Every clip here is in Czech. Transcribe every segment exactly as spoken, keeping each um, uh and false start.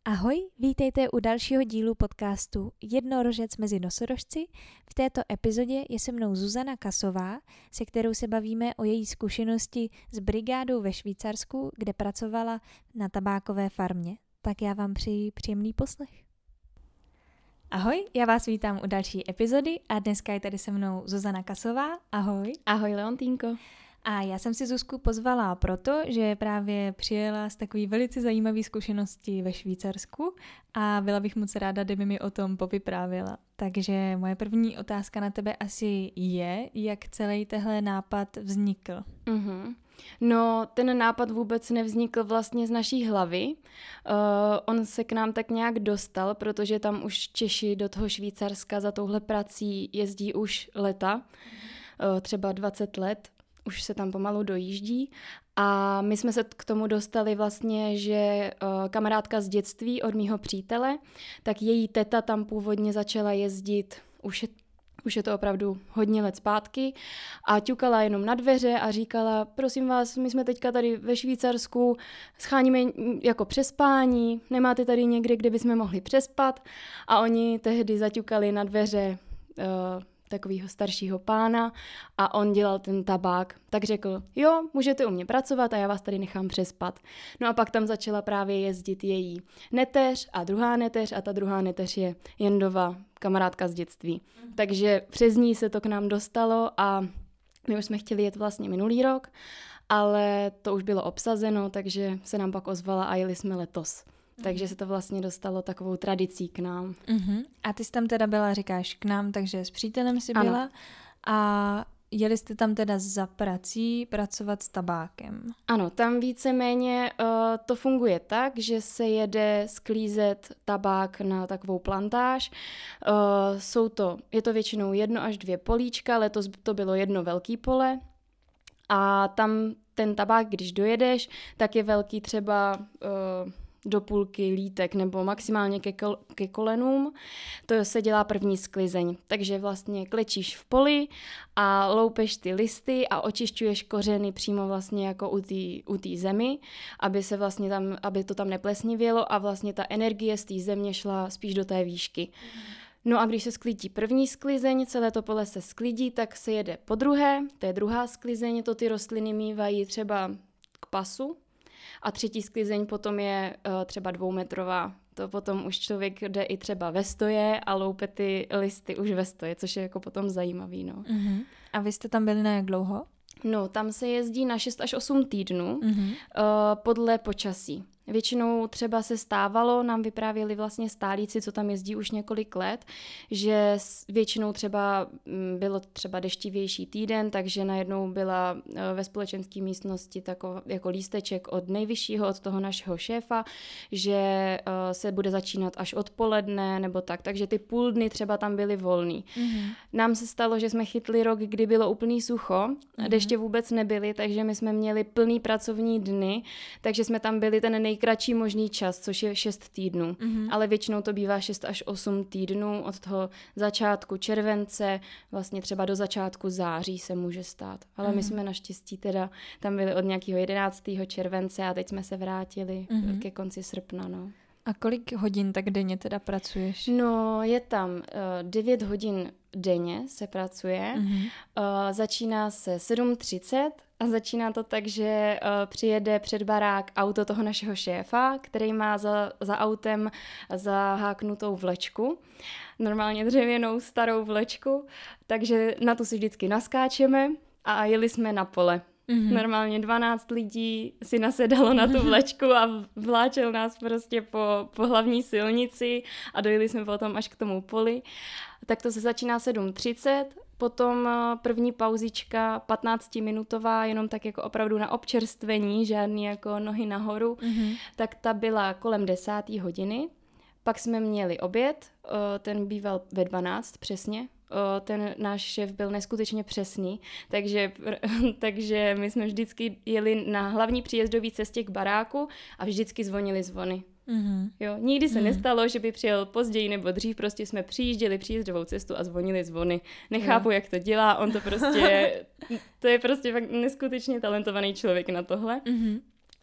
Ahoj, vítejte u dalšího dílu podcastu Jednorožec mezi nosorožci. V této epizodě je se mnou Zuzana Kasová, se kterou se bavíme o její zkušenosti s brigádou ve Švýcarsku, kde pracovala na tabákové farmě. Tak já vám přeji příjemný poslech. Ahoj, já vás vítám u další epizody a dneska je tady se mnou Zuzana Kasová. Ahoj. Ahoj, Leontýnko. A já jsem si Zuzku pozvala proto, že právě přijela z takový velice zajímavé zkušenosti ve Švýcarsku a byla bych moc ráda, kdyby mi o tom povyprávěla. Takže moje první otázka na tebe asi je, jak celý tehle nápad vznikl. Mm-hmm. No, ten nápad vůbec nevznikl vlastně z naší hlavy. Uh, on se k nám tak nějak dostal, protože tam už Češi do toho Švýcarska za touhle prací jezdí už leta, uh, třeba dvacet let. Už se tam pomalu dojíždí a my jsme se k tomu dostali vlastně, že uh, kamarádka z dětství od mýho přítele, tak její teta tam původně začala jezdit, už je, už je to opravdu hodně let zpátky a ťukala jenom na dveře a říkala, prosím vás, my jsme teďka tady ve Švýcarsku, scháníme jako přespání, nemáte tady někde, kde bychom mohli přespat a oni tehdy zaťukali na dveře uh, takového staršího pána a on dělal ten tabák. Tak řekl, jo, můžete u mě pracovat a já vás tady nechám přespat. No a pak tam začala právě jezdit její neteř a druhá neteř a ta druhá neteř je Jendova kamarádka z dětství. Mm. Takže přes ní se to k nám dostalo a my už jsme chtěli jet vlastně minulý rok, ale to už bylo obsazeno, takže se nám pak ozvala a jeli jsme letos. Takže se to vlastně dostalo takovou tradicí k nám. Uh-huh. A ty jsi tam teda byla, říkáš, k nám, takže s přítelem jsi byla. Ano. A jeli jste tam teda za prací pracovat s tabákem. Ano, tam víceméně uh, to funguje tak, že se jede sklízet tabák na takovou plantáž. Uh, jsou to, je to většinou jedno až dvě políčka, letos to bylo jedno velký pole. A tam ten tabák, když dojedeš, tak je velký třeba Uh, do půlky lítek nebo maximálně ke, kol- ke kolenům. To se dělá první sklizeň. Takže vlastně klečíš v poli a loupeš ty listy a očišťuješ kořeny přímo vlastně jako u té u té zemi, aby se vlastně tam, aby to tam neplesnivělo a vlastně ta energie z té země šla spíš do té výšky. No a když se sklidí první sklizeň, celé to pole se sklidí, tak se jede po druhé, to je druhá sklizeň, to ty rostliny mívají třeba k pasu. A třetí sklizeň potom je uh, třeba dvoumetrová. To potom už člověk jde i třeba ve stoje a loupe ty listy už ve stoje, což je jako potom zajímavý. No. Uh-huh. A vy jste tam byli na jak dlouho? No, tam se jezdí na šest až osm týdnů uh-huh. uh, podle počasí. Většinou třeba se stávalo, nám vyprávěli vlastně stálíci, co tam jezdí už několik let, že většinou třeba bylo třeba deštivější týden, takže najednou byla ve společenské místnosti takový jako lísteček od nejvyššího, od toho našeho šéfa, že se bude začínat až odpoledne nebo tak, takže ty půl dny třeba tam byly volný. Mm-hmm. Nám se stalo, že jsme chytli rok, kdy bylo úplný sucho, mm-hmm. deště vůbec nebyly, takže my jsme měli plný pracovní dny, takže jsme tam byli ten nej kratší možný čas, což je šest týdnů. Mm-hmm. Ale většinou to bývá šest až osm týdnů od toho začátku července, vlastně třeba do začátku září se může stát. Ale mm-hmm. my jsme naštěstí teda tam byli od nějakého jedenáctého července a teď jsme se vrátili mm-hmm. ke konci srpna. No. A kolik hodin tak denně teda pracuješ? No, je tam uh, devět hodin denně se pracuje. Mm-hmm. Uh, začíná se sedm třicet a začíná to tak, že uh, přijede před barák auto toho našeho šéfa, který má za, za autem zaháknutou vlečku. Normálně dřevěnou starou vlečku, takže na tu si vždycky naskáčeme a jeli jsme na pole. Mm-hmm. Normálně dvanáct lidí si nasedalo na tu vlečku a vláčel nás prostě po, po hlavní silnici a dojeli jsme potom až k tomu poli. Tak to se začíná sedm třicet, potom první pauzička patnáctiminutová, jenom tak jako opravdu na občerstvení, žádný jako nohy nahoru, mm-hmm. tak ta byla kolem desáté hodiny. Pak jsme měli oběd, ten býval ve dvanáct přesně. Ten náš šéf byl neskutečně přesný, takže, takže my jsme vždycky jeli na hlavní příjezdové cestě k baráku a vždycky zvonili zvony. Mm-hmm. Jo, nikdy se mm. nestalo, že by přijel později nebo dřív, prostě jsme přijížděli příjezdovou cestu a zvonili zvony. Nechápu, jo. jak to dělá, on to prostě, to je prostě fakt neskutečně talentovaný člověk na tohle. Mm-hmm.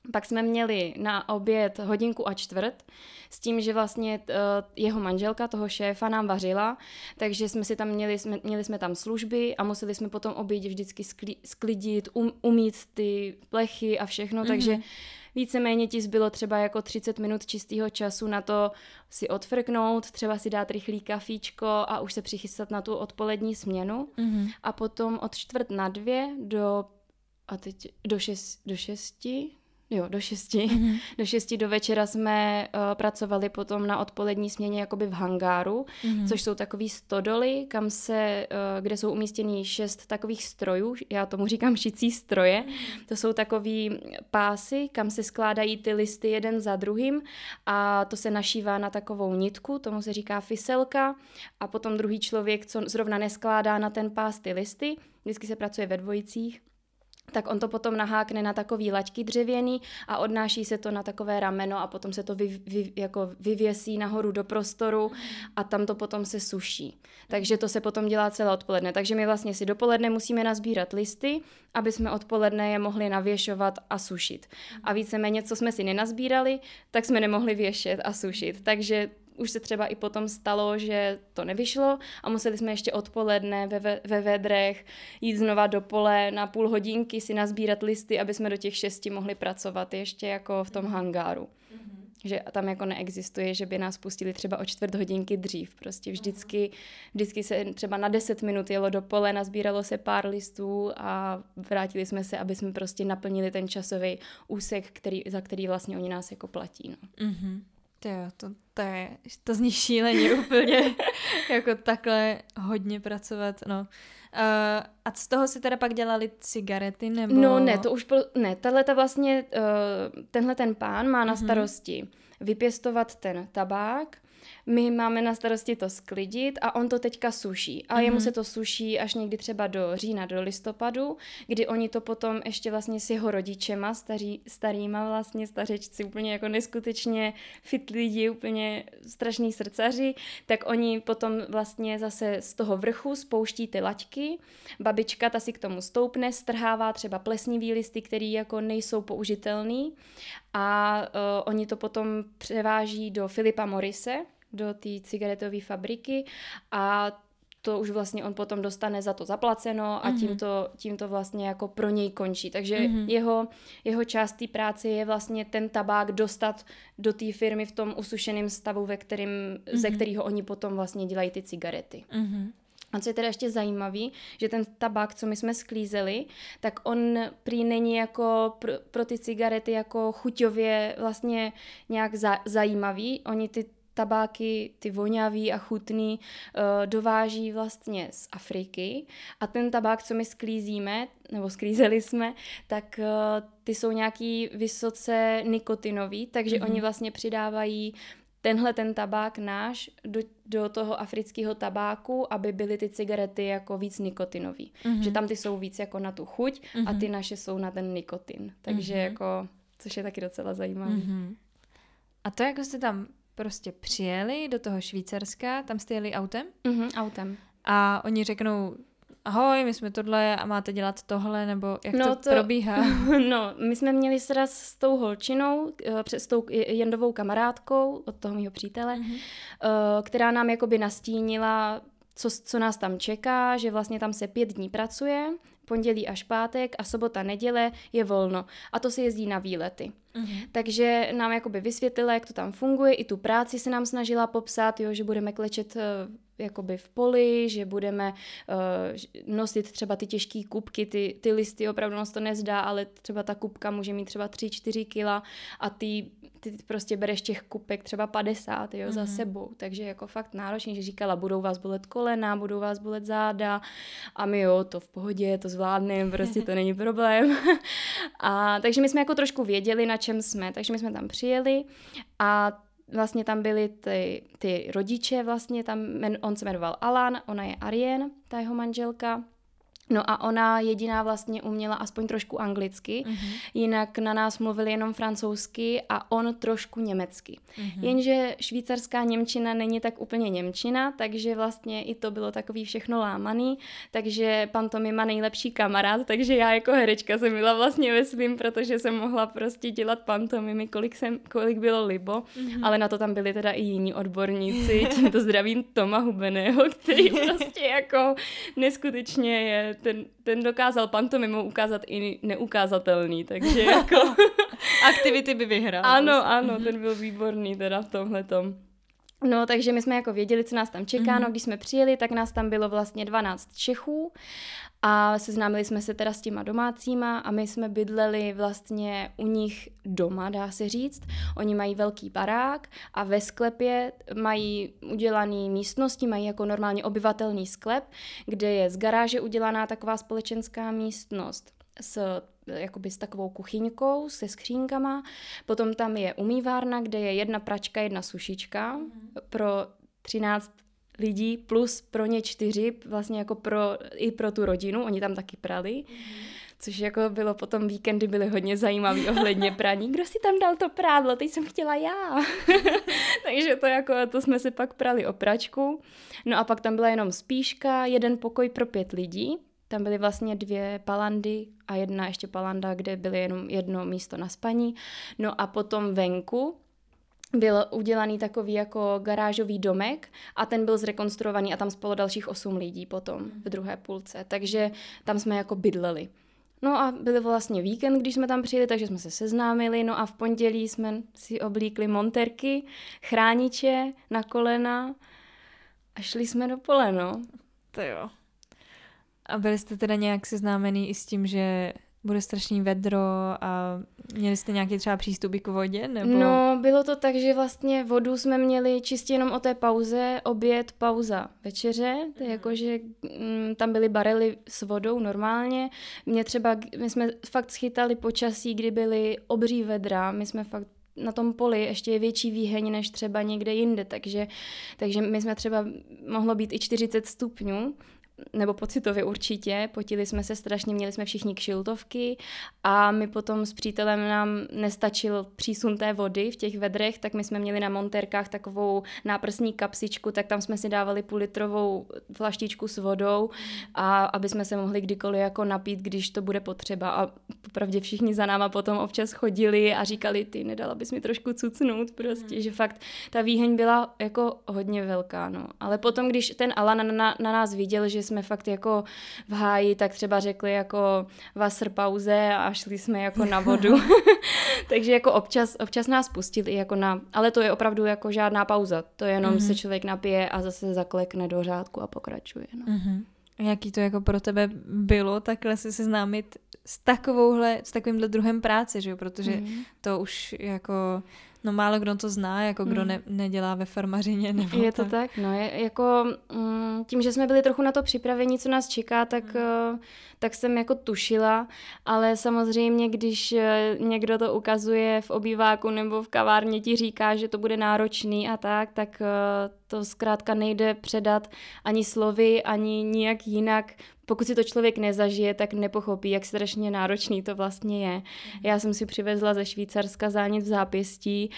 Pak jsme měli na oběd hodinku a čtvrt s tím, že vlastně uh, jeho manželka, toho šéfa, nám vařila, takže jsme si tam měli, jsme, měli jsme tam služby a museli jsme potom obědě vždycky skli, sklidit, um, umít ty plechy a všechno, mm-hmm. takže víceméně ti zbylo třeba jako třicet minut čistého času na to si odfrknout, třeba si dát rychlý kafíčko a už se přichystat na tu odpolední směnu. Mm-hmm. A potom od čtvrt na dvě do, a teď do, šest, do šesti... Jo, do šesti. Mm-hmm. Do šesti do večera jsme uh, pracovali potom na odpolední směně jakoby v hangáru, mm-hmm. což jsou takový stodoly, kam se, uh, kde jsou umístěný šest takových strojů, já tomu říkám šicí stroje. Mm-hmm. To jsou takový pásy, kam se skládají ty listy jeden za druhým a to se našívá na takovou nitku, tomu se říká fiselka a potom druhý člověk, co zrovna neskládá na ten pás ty listy, vždycky se pracuje ve dvojicích, tak on to potom nahákne na takový laťky dřevěný a odnáší se to na takové rameno a potom se to vy, vy, jako vyvěsí nahoru do prostoru a tam to potom se suší. Takže to se potom dělá celé odpoledne. Takže my vlastně si dopoledne musíme nazbírat listy, aby jsme odpoledne je mohli navěšovat a sušit. A víceméně, co jsme si nenazbírali, tak jsme nemohli věšet a sušit. Takže už se třeba i potom stalo, že to nevyšlo a museli jsme ještě odpoledne ve, ve vedrech jít znova do pole na půl hodinky si nazbírat listy, aby jsme do těch šesti mohli pracovat ještě jako v tom hangáru. Mm-hmm. Že tam jako neexistuje, že by nás pustili třeba o čtvrt hodinky dřív. Prostě vždycky, vždycky se třeba na deset minut jelo do pole, nazbíralo se pár listů a vrátili jsme se, aby jsme prostě naplnili ten časový úsek, který, za který vlastně oni nás jako platí. No. Mm-hmm. To, to, to, je, to zní šíleně úplně, jako takhle hodně pracovat, no. Uh, a z toho si teda pak dělali cigarety, nebo? No ne, to už, pro, ne, tahleta vlastně, uh, tenhle ten pán má na starosti vypěstovat ten tabák, my máme na starosti to sklidit a on to teďka suší. A mm-hmm. jemu se to suší až někdy třeba do října, do listopadu, kdy oni to potom ještě vlastně s jeho rodičema, staří, starýma vlastně stařečci, úplně jako neskutečně fit lidi, úplně strašný srdcaři, tak oni potom vlastně zase z toho vrchu spouští ty laťky. Babička ta si k tomu stoupne, strhává třeba plesnivý listy, který jako nejsou použitelný a uh, oni to potom převáží do Philipa Morrise, do té cigaretové fabriky a to už vlastně on potom dostane za to zaplaceno a mm-hmm. tím, to, tím to vlastně jako pro něj končí. Takže mm-hmm. jeho, jeho část té práce je vlastně ten tabák dostat do té firmy v tom usušeném stavu, ve kterým, mm-hmm. ze kterého oni potom vlastně dělají ty cigarety. Mm-hmm. A co je teda ještě zajímavý, že ten tabák, co my jsme sklízeli, tak on prý není jako pro, pro ty cigarety jako chuťově vlastně nějak za, zajímavý. Oni ty tabáky, ty voňavý a chutný, uh, dováží vlastně z Afriky a ten tabák, co my sklízíme, nebo sklízeli jsme, tak uh, ty jsou nějaký vysoce nikotinový, takže mm-hmm. oni vlastně přidávají tenhle ten tabák náš do, do toho afrického tabáku, aby byly ty cigarety jako víc nikotinový. Mm-hmm. Že tam ty jsou víc jako na tu chuť mm-hmm. a ty naše jsou na ten nikotin. Takže mm-hmm. jako, což je taky docela zajímavé. Mm-hmm. A to, jako jste tam prostě přijeli do toho Švýcarska, tam jste jeli autem? Mm-hmm, autem. A oni řeknou, ahoj, my jsme tohle a máte dělat tohle, nebo jak no to, to probíhá? No, my jsme měli sraz s tou holčinou, s tou Jendovou kamarádkou od toho mýho přítele, mm-hmm. která nám jakoby nastínila, co, co nás tam čeká, že vlastně tam se pět dní pracuje, pondělí až pátek a sobota, neděle je volno. A to se jezdí na výlety. Mm-hmm. Takže nám jakoby vysvětlila, jak to tam funguje, i tu práci se nám snažila popsat, jo, že budeme klečet uh, jakoby v poli, že budeme uh, nosit třeba ty těžké kubky, ty, ty listy, opravdu nás to nezdá, ale třeba ta kubka může mít třeba tři čtyři kila a ty, ty prostě bereš těch kubek třeba padesát, jo, mm-hmm. za sebou. Takže jako fakt náročný, že říkala, budou vás bolet kolena, budou vás bolet záda a my jo, to v pohodě, to zvládneme, prostě to není problém. A takže my jsme jako trošku věděli, na čem jsme, takže my jsme tam přijeli a vlastně tam byli ty, ty rodiče, vlastně tam, on se jmenoval Alan, ona je Arjen, ta jeho manželka. No a ona jediná vlastně uměla aspoň trošku anglicky, mm-hmm. jinak na nás mluvili jenom francouzsky a on trošku německy. Mm-hmm. Jenže švýcarská němčina není tak úplně němčina, takže vlastně i to bylo takový všechno lámaný, takže pantomima nejlepší kamarád, takže já jako herečka jsem byla vlastně ve svým, protože jsem mohla prostě dělat pantomimy, kolik, jsem, kolik bylo libo, mm-hmm. ale na to tam byli teda i jiní odborníci, tímto zdravím Toma Hubeného, který prostě jako neskutečně je Ten, ten dokázal pantomimu ukázat i neukázatelný, takže jako... Aktivity by vyhrál. Ano, ano, mm-hmm. ten byl výborný teda v tomhletom. No, takže my jsme jako věděli, co nás tam čeká, mm-hmm. no když jsme přijeli, tak nás tam bylo vlastně dvanáct Čechů a seznámili jsme se teda s těma domácíma a my jsme bydleli vlastně u nich doma, dá se říct. Oni mají velký barák a ve sklepě mají udělaný místnosti, mají jako normálně obyvatelný sklep, kde je z garáže udělaná taková společenská místnost s jakoby s takovou kuchyňkou, se skřínkama. Potom tam je umývárna, kde je jedna pračka, jedna sušička mm. pro třináct lidí plus pro ně čtyři, vlastně jako pro, i pro tu rodinu, oni tam taky prali. Mm. Což jako bylo potom víkendy byly hodně zajímavý ohledně praní. Kdo si tam dal to prádlo? Teď jsem chtěla já. Takže to jako, to jsme si pak prali o pračku. No a pak tam byla jenom spíška, jeden pokoj pro pět lidí. Tam byly vlastně dvě palandy a jedna ještě palanda, kde byly jenom jedno místo na spaní. No a potom venku byl udělaný takový jako garážový domek a ten byl zrekonstruovaný a tam spalo dalších osm lidí potom v druhé půlce. Takže tam jsme jako bydleli. No a byl vlastně víkend, když jsme tam přijeli, takže jsme se seznámili, no a v pondělí jsme si oblíkli monterky, chrániče na kolena a šli jsme do pole, no. To jo. A byli jste teda nějak seznámený i s tím, že bude strašný vedro a měli jste nějaký třeba přístup k vodě? Nebo... No, bylo to tak, že vlastně vodu jsme měli čistě jenom o té pauze, oběd, pauza, večeře, to je jako, že m, tam byly barely s vodou normálně. Mě třeba, my jsme fakt schytali počasí, kdy byly obří vedra, my jsme fakt na tom poli ještě je větší výheň než třeba někde jinde, takže, takže my jsme třeba, mohlo být i čtyřicet stupňů, nebo pocitově určitě, potili jsme se strašně, měli jsme všichni kšiltovky a my potom s přítelem nám nestačil přísun té vody v těch vedrech, tak my jsme měli na montérkách takovou náprsní kapsičku, tak tam jsme si dávali půllitrovou flaštičku s vodou a aby jsme se mohli kdykoliv jako napít, když to bude potřeba a popravdě všichni za náma potom občas chodili a říkali, ty nedala bys mi trošku cucnout prostě, hmm. že fakt ta výheň byla jako hodně velká, no. Ale potom, když ten Alan na, na nás viděl, že jsme fakt jako v háji, tak třeba řekli jako Wasserpause a šli jsme jako na vodu. Takže jako občas, občas nás pustili jako na, ale to je opravdu jako žádná pauza. To je jenom mm-hmm. se člověk napije a zase zaklekne do řádku a pokračuje. No. Mm-hmm. Jaký to jako pro tebe bylo takhle se seznámit s takovouhle, s takovýmhle druhem práce, že jo? Protože mm-hmm. to už jako no málo kdo to zná, jako kdo ne, nedělá ve farmařině. Nebo je to tak, tak no, je, jako mm, tím, že jsme byli trochu na to připraveni, co nás čeká, tak, mm. uh, tak jsem jako tušila, ale samozřejmě, když uh, někdo to ukazuje v obýváku nebo v kavárně ti říká, že to bude náročný a tak, tak uh, to zkrátka nejde předat ani slovy, ani nijak jinak. Pokud si to člověk nezažije, tak nepochopí, jak strašně náročný to vlastně je. Já jsem si přivezla ze Švýcarska zánět v zápěstí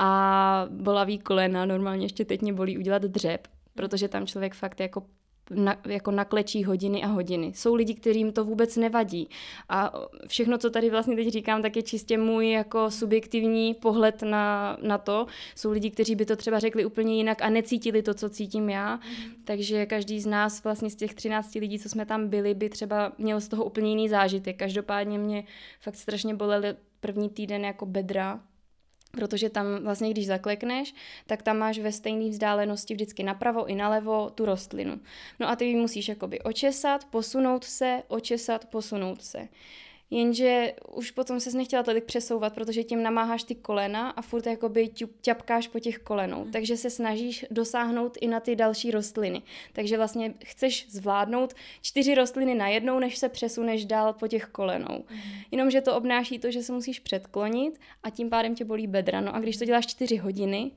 a bolavý kolena, normálně ještě teď mě bolí udělat dřep, protože tam člověk fakt jako Na, jako naklečí hodiny a hodiny. Jsou lidi, kterým to vůbec nevadí. A všechno, co tady vlastně teď říkám, tak je čistě můj jako subjektivní pohled na, na to. Jsou lidi, kteří by to třeba řekli úplně jinak a necítili to, co cítím já. Mm. Takže každý z nás vlastně z těch třinácti lidí, co jsme tam byli, by třeba měl z toho úplně jiný zážitek. Každopádně mě fakt strašně bolely první týden jako bedra, protože tam vlastně, když zaklekneš, tak tam máš ve stejné vzdálenosti vždycky napravo i nalevo tu rostlinu. No a ty ji musíš jakoby očesat, posunout se, očesat, posunout se. Jenže už potom ses nechtěla tolik přesouvat, protože tím namáháš ty kolena a furt jakoby ťapkáš po těch kolenou. Mm. Takže se snažíš dosáhnout i na ty další rostliny. Takže vlastně chceš zvládnout čtyři rostliny najednou, než se přesuneš dál po těch kolenou. Mm. Jenomže to obnáší to, že se musíš předklonit a tím pádem tě bolí bedra. No a když to děláš čtyři hodiny,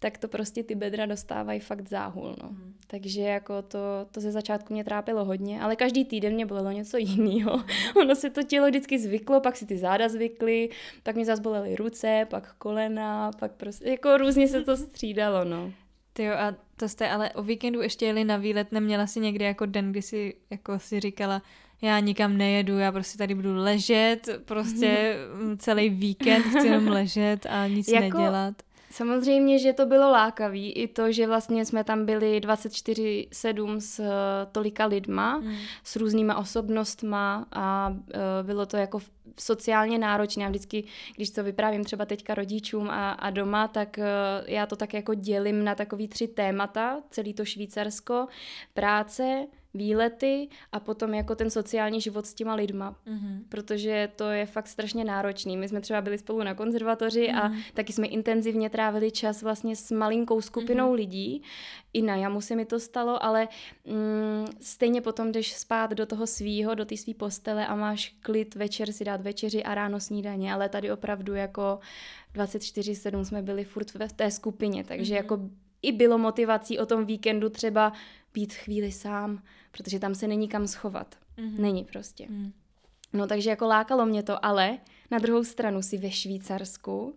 tak to prostě ty bedra dostávají fakt záhul, no. Mm. Takže jako to, to ze začátku mě trápilo hodně, ale každý týden mě bolelo něco jiného. Ono se to tělo vždycky zvyklo, pak si ty záda zvykly, pak mě zase bolely ruce, pak kolena, pak prostě, jako různě se to střídalo, no. Tyjo, a to jste ale o víkendu ještě jeli na výlet, neměla si někdy jako den, kdy si jako si říkala, já nikam nejedu, já prostě tady budu ležet, prostě celý víkend chci jenom ležet a nic jako, nedělat. Samozřejmě, že to bylo lákavý, i to, že vlastně jsme tam byli dvacet čtyři sedm s tolika lidma, hmm. s různýma osobnostma a uh, bylo to jako sociálně náročné a vždycky, když to vyprávím třeba teďka rodičům a, a doma, tak uh, já to tak jako dělím na takový tři témata, celý to Švýcarsko, práce, výlety a potom jako ten sociální život s těma lidma, mm-hmm. protože to je fakt strašně náročný. My jsme třeba byli spolu na konzervatoři mm-hmm. a taky jsme intenzivně trávili čas vlastně s malinkou skupinou mm-hmm. lidí. I na jamu se mi to stalo, ale mm, stejně potom jdeš spát do toho svýho, do té svý postele a máš klid večer si dát večeři a ráno snídaně, ale tady opravdu jako dvacet čtyři sedm jsme byli furt v té skupině, takže mm-hmm. jako i bylo motivací o tom víkendu třeba být chvíli sám, protože tam se není kam schovat. Mm-hmm. Není prostě. Mm. No takže jako lákalo mě to, ale na druhou stranu si ve Švýcarsku,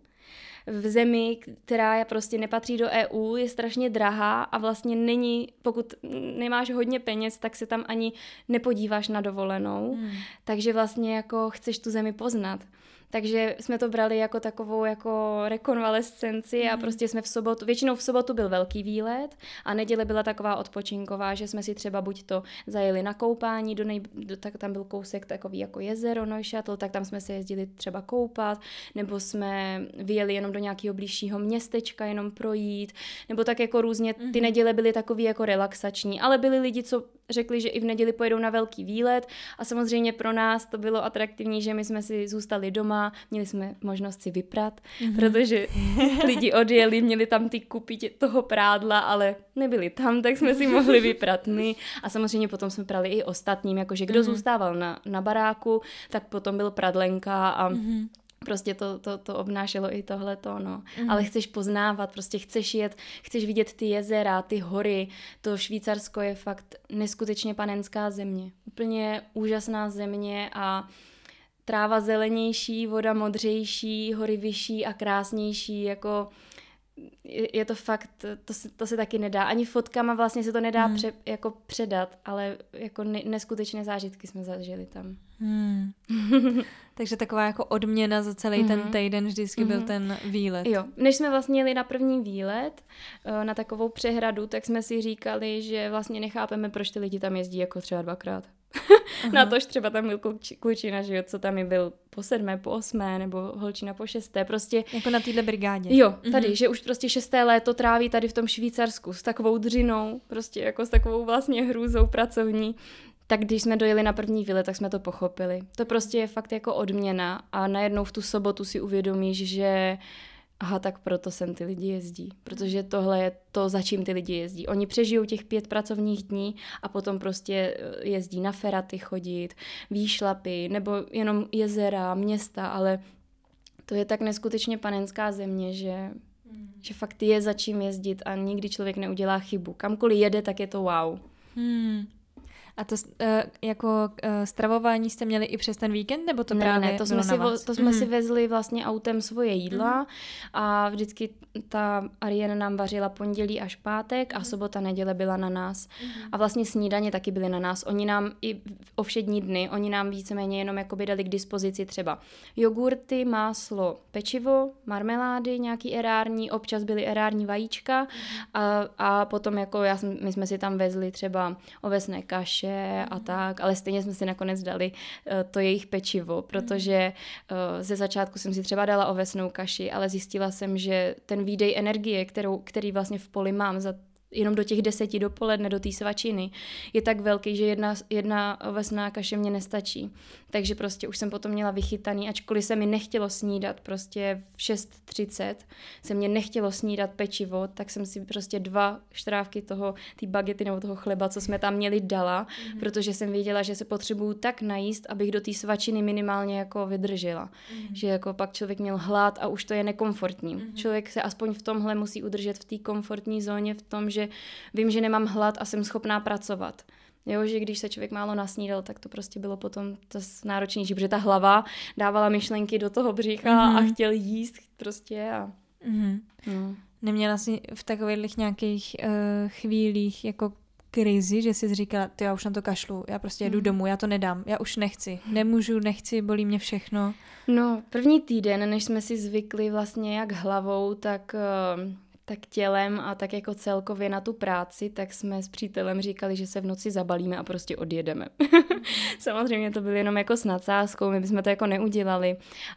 v zemi, která je prostě nepatří do E U, je strašně drahá a vlastně není, pokud nemáš hodně peněz, tak se tam ani nepodíváš na dovolenou. Mm. Takže vlastně jako chceš tu zemi poznat. Takže jsme to brali jako takovou jako rekonvalescenci mm. a prostě jsme v sobotu, většinou v sobotu byl velký výlet a neděle byla taková odpočinková, že jsme si třeba buď to zajeli na koupání, do nej, do, tak tam byl kousek takový jako jezero Neuchâtel, tak tam jsme se jezdili třeba koupat, nebo jsme vyjeli jenom do nějakého blížšího městečka jenom projít, nebo tak jako různě, ty mm. neděle byly takový jako relaxační, ale byli lidi, co řekli, že i v neděli pojedou na velký výlet a samozřejmě pro nás to bylo atraktivní, že my jsme si zůstali doma, měli jsme možnost si vyprat, mm-hmm. protože lidi odjeli, měli tam ty kupy toho prádla, ale nebyli tam, tak jsme si mohli vyprat my a samozřejmě potom jsme prali i ostatním, jakože kdo mm-hmm. zůstával na, na baráku, tak potom byl pradlenka a mm-hmm. prostě to, to, to obnášelo i tohleto, no. Mm. Ale chceš poznávat, prostě chceš jet, chceš vidět ty jezera, ty hory. To Švýcarsko je fakt neskutečně panenská země. Úplně úžasná země a tráva zelenější, voda modřejší, hory vyšší a krásnější, jako je, je to fakt, to se, to se taky nedá. Ani fotkama vlastně se to nedá mm. pře, jako předat, ale jako ne, neskutečné zážitky jsme zažili tam. Hmm. Takže taková jako odměna za celý mm-hmm. ten týden vždycky mm-hmm. byl ten výlet. Jo, než jsme vlastně jeli na první výlet na takovou přehradu, tak jsme si říkali, že vlastně nechápeme, proč ty lidi tam jezdí jako třeba dvakrát. Na tož třeba tam byl kluč, klučina, že jo, co tam byl po sedmé, po osmé, nebo holčina po šesté, prostě. Jako na téhle brigádě. Jo, tady, mm-hmm. že už prostě šesté léto tráví tady v tom Švýcarsku s takovou dřinou, prostě jako s takovou vlastně hrůzou pracovní. Tak když jsme dojeli na první výlet, tak jsme to pochopili. To prostě je fakt jako odměna a najednou v tu sobotu si uvědomíš, že aha, tak proto sem ty lidi jezdí. Protože tohle je to, za čím ty lidi jezdí. Oni přežijou těch pět pracovních dní a potom prostě jezdí na feraty chodit, výšlapy nebo jenom jezera, města, ale to je tak neskutečně panenská země, že, hmm. že fakt je za čím jezdit a nikdy člověk neudělá chybu. Kamkoliv jede, tak je to wow. Hmm. A to uh, jako uh, stravování jste měli i přes ten víkend, nebo to ne, právě ne, to bylo jsme, na si, vás? to jsme mm-hmm. si vezli vlastně autem svoje jídla mm-hmm. a vždycky ta Ariane nám vařila pondělí až pátek a sobota, neděle byla na nás. Mm-hmm. A vlastně snídaně taky byly na nás. Oni nám i o všední dny, oni nám víceméně jenom jakoby dali k dispozici třeba jogurty, máslo, pečivo, marmelády, nějaký erární, občas byly erární vajíčka mm-hmm. a, a potom jako já, my jsme si tam vezli třeba ovesné kaše a tak, ale stejně jsme si nakonec dali uh, to jejich pečivo, protože uh, ze začátku jsem si třeba dala ovesnou kaši, ale zjistila jsem, že ten výdej energie, kterou, který vlastně v poli mám za jenom do těch deseti dopoledne, do té svačiny, je tak velký, že jedna, jedna ovesná kaše mě nestačí. Takže prostě už jsem potom měla vychytaný, ačkoliv se mi nechtělo snídat, prostě v šest třicet se mě nechtělo snídat pečivo, tak jsem si prostě dva štrávky toho, ty bagety nebo toho chleba, co jsme tam měli, dala, mm. protože jsem věděla, že se potřebuju tak najíst, abych do té svačiny minimálně jako vydržela. Mm. Že jako pak člověk měl hlad a už to je nekomfortní. Mm. Člověk se aspoň v tomhle musí udržet v té komfortní zóně, v tom, že vím, že nemám hlad a jsem schopná pracovat. Jo, že když se člověk málo nasnídal, tak to prostě bylo potom to náročnější, protože ta hlava dávala myšlenky do toho břicha mm-hmm. a chtěl jíst prostě. A... Mm-hmm. No. Neměla jsi v takových nějakých uh, chvílích jako krizi, že jsi říkala, ty já už na to kašlu, já prostě jedu mm. domů, já to nedám, já už nechci, nemůžu, nechci, bolí mě všechno. No, první týden, než jsme si zvykli vlastně jak hlavou, tak... Uh... tak tělem a tak jako celkově na tu práci, tak jsme s přítelem říkali, že se v noci zabalíme a prostě odjedeme. Samozřejmě to bylo jenom jako s nadsázkou, my bychom to jako neudělali,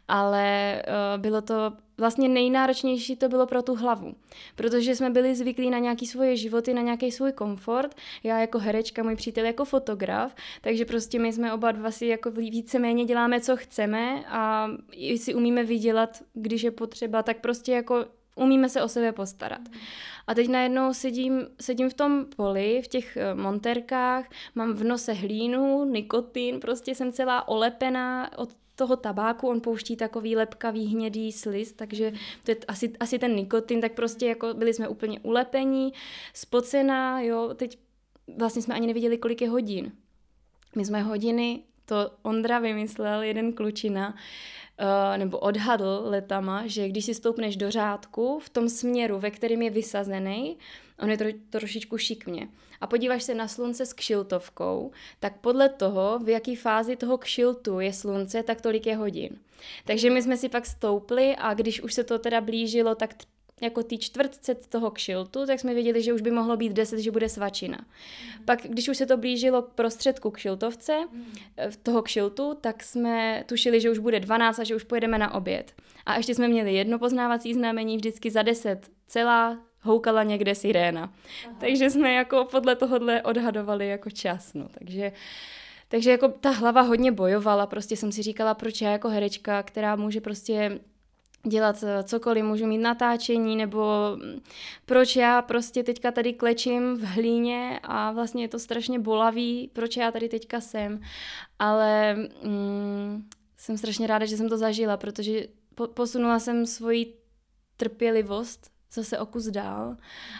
ale uh, bylo to vlastně nejnáročnější to bylo pro tu hlavu, protože jsme byli zvyklí na nějaký svoje životy, na nějaký svůj komfort, já jako herečka, můj přítel jako fotograf, takže prostě my jsme oba dva si jako víceméně děláme, co chceme a si umíme vydělat, když je potřeba, tak prostě jako umíme se o sebe postarat. A teď najednou sedím, sedím v tom poli, v těch montérkách, mám v nose hlínu, nikotin, prostě jsem celá olepená od toho tabáku, on pouští takový lepkavý hnědý sliz, takže to je asi, asi ten nikotin, tak prostě jako byli jsme úplně ulepení, spocená, jo, teď vlastně jsme ani neviděli, kolik je hodin. My jsme hodiny, to Ondra vymyslel, jeden klučina, Uh, nebo odhadl letama, že když si stoupneš do řádku v tom směru, ve kterém je vysazený, on je tro, trošičku šikmě. A podíváš se na slunce s kšiltovkou, tak podle toho, v jaký fázi toho kšiltu je slunce, tak tolik je hodin. Takže my jsme si pak stoupli a když už se to teda blížilo, tak t- jako ty čtvrtce toho kšiltu, tak jsme věděli, že už by mohlo být deset, že bude svačina. Mm. Pak, když už se to blížilo k prostředku kšiltovce, mm. toho kšiltu, tak jsme tušili, že už bude dvanáct a že už pojedeme na oběd. A ještě jsme měli jedno poznávací znamení, vždycky za deset celá houkala někde siréna. Aha. Takže jsme jako podle tohohle odhadovali jako čas. No. Takže takže jako ta hlava hodně bojovala, prostě jsem si říkala, proč já jako herečka, která může prostě dělat cokoliv, můžu mít natáčení, nebo proč já prostě teďka tady klečím v hlíně a vlastně je to strašně bolavý, proč já tady teďka jsem. Ale mm, jsem strašně ráda, že jsem to zažila, protože po- posunula jsem svoji trpělivost zase o kus dál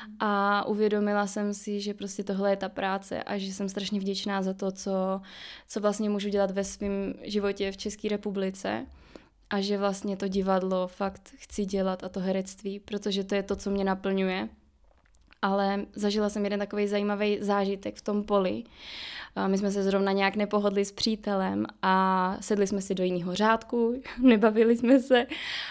a uvědomila jsem si, že prostě tohle je ta práce a že jsem strašně vděčná za to, co, co vlastně můžu dělat ve svém životě v České republice. A že vlastně to divadlo fakt chci dělat a to herectví, protože to je to, co mě naplňuje. Ale zažila jsem jeden takový zajímavý zážitek v tom poli. My jsme se zrovna nějak nepohodli s přítelem a sedli jsme si do jiného řádku, nebavili jsme se.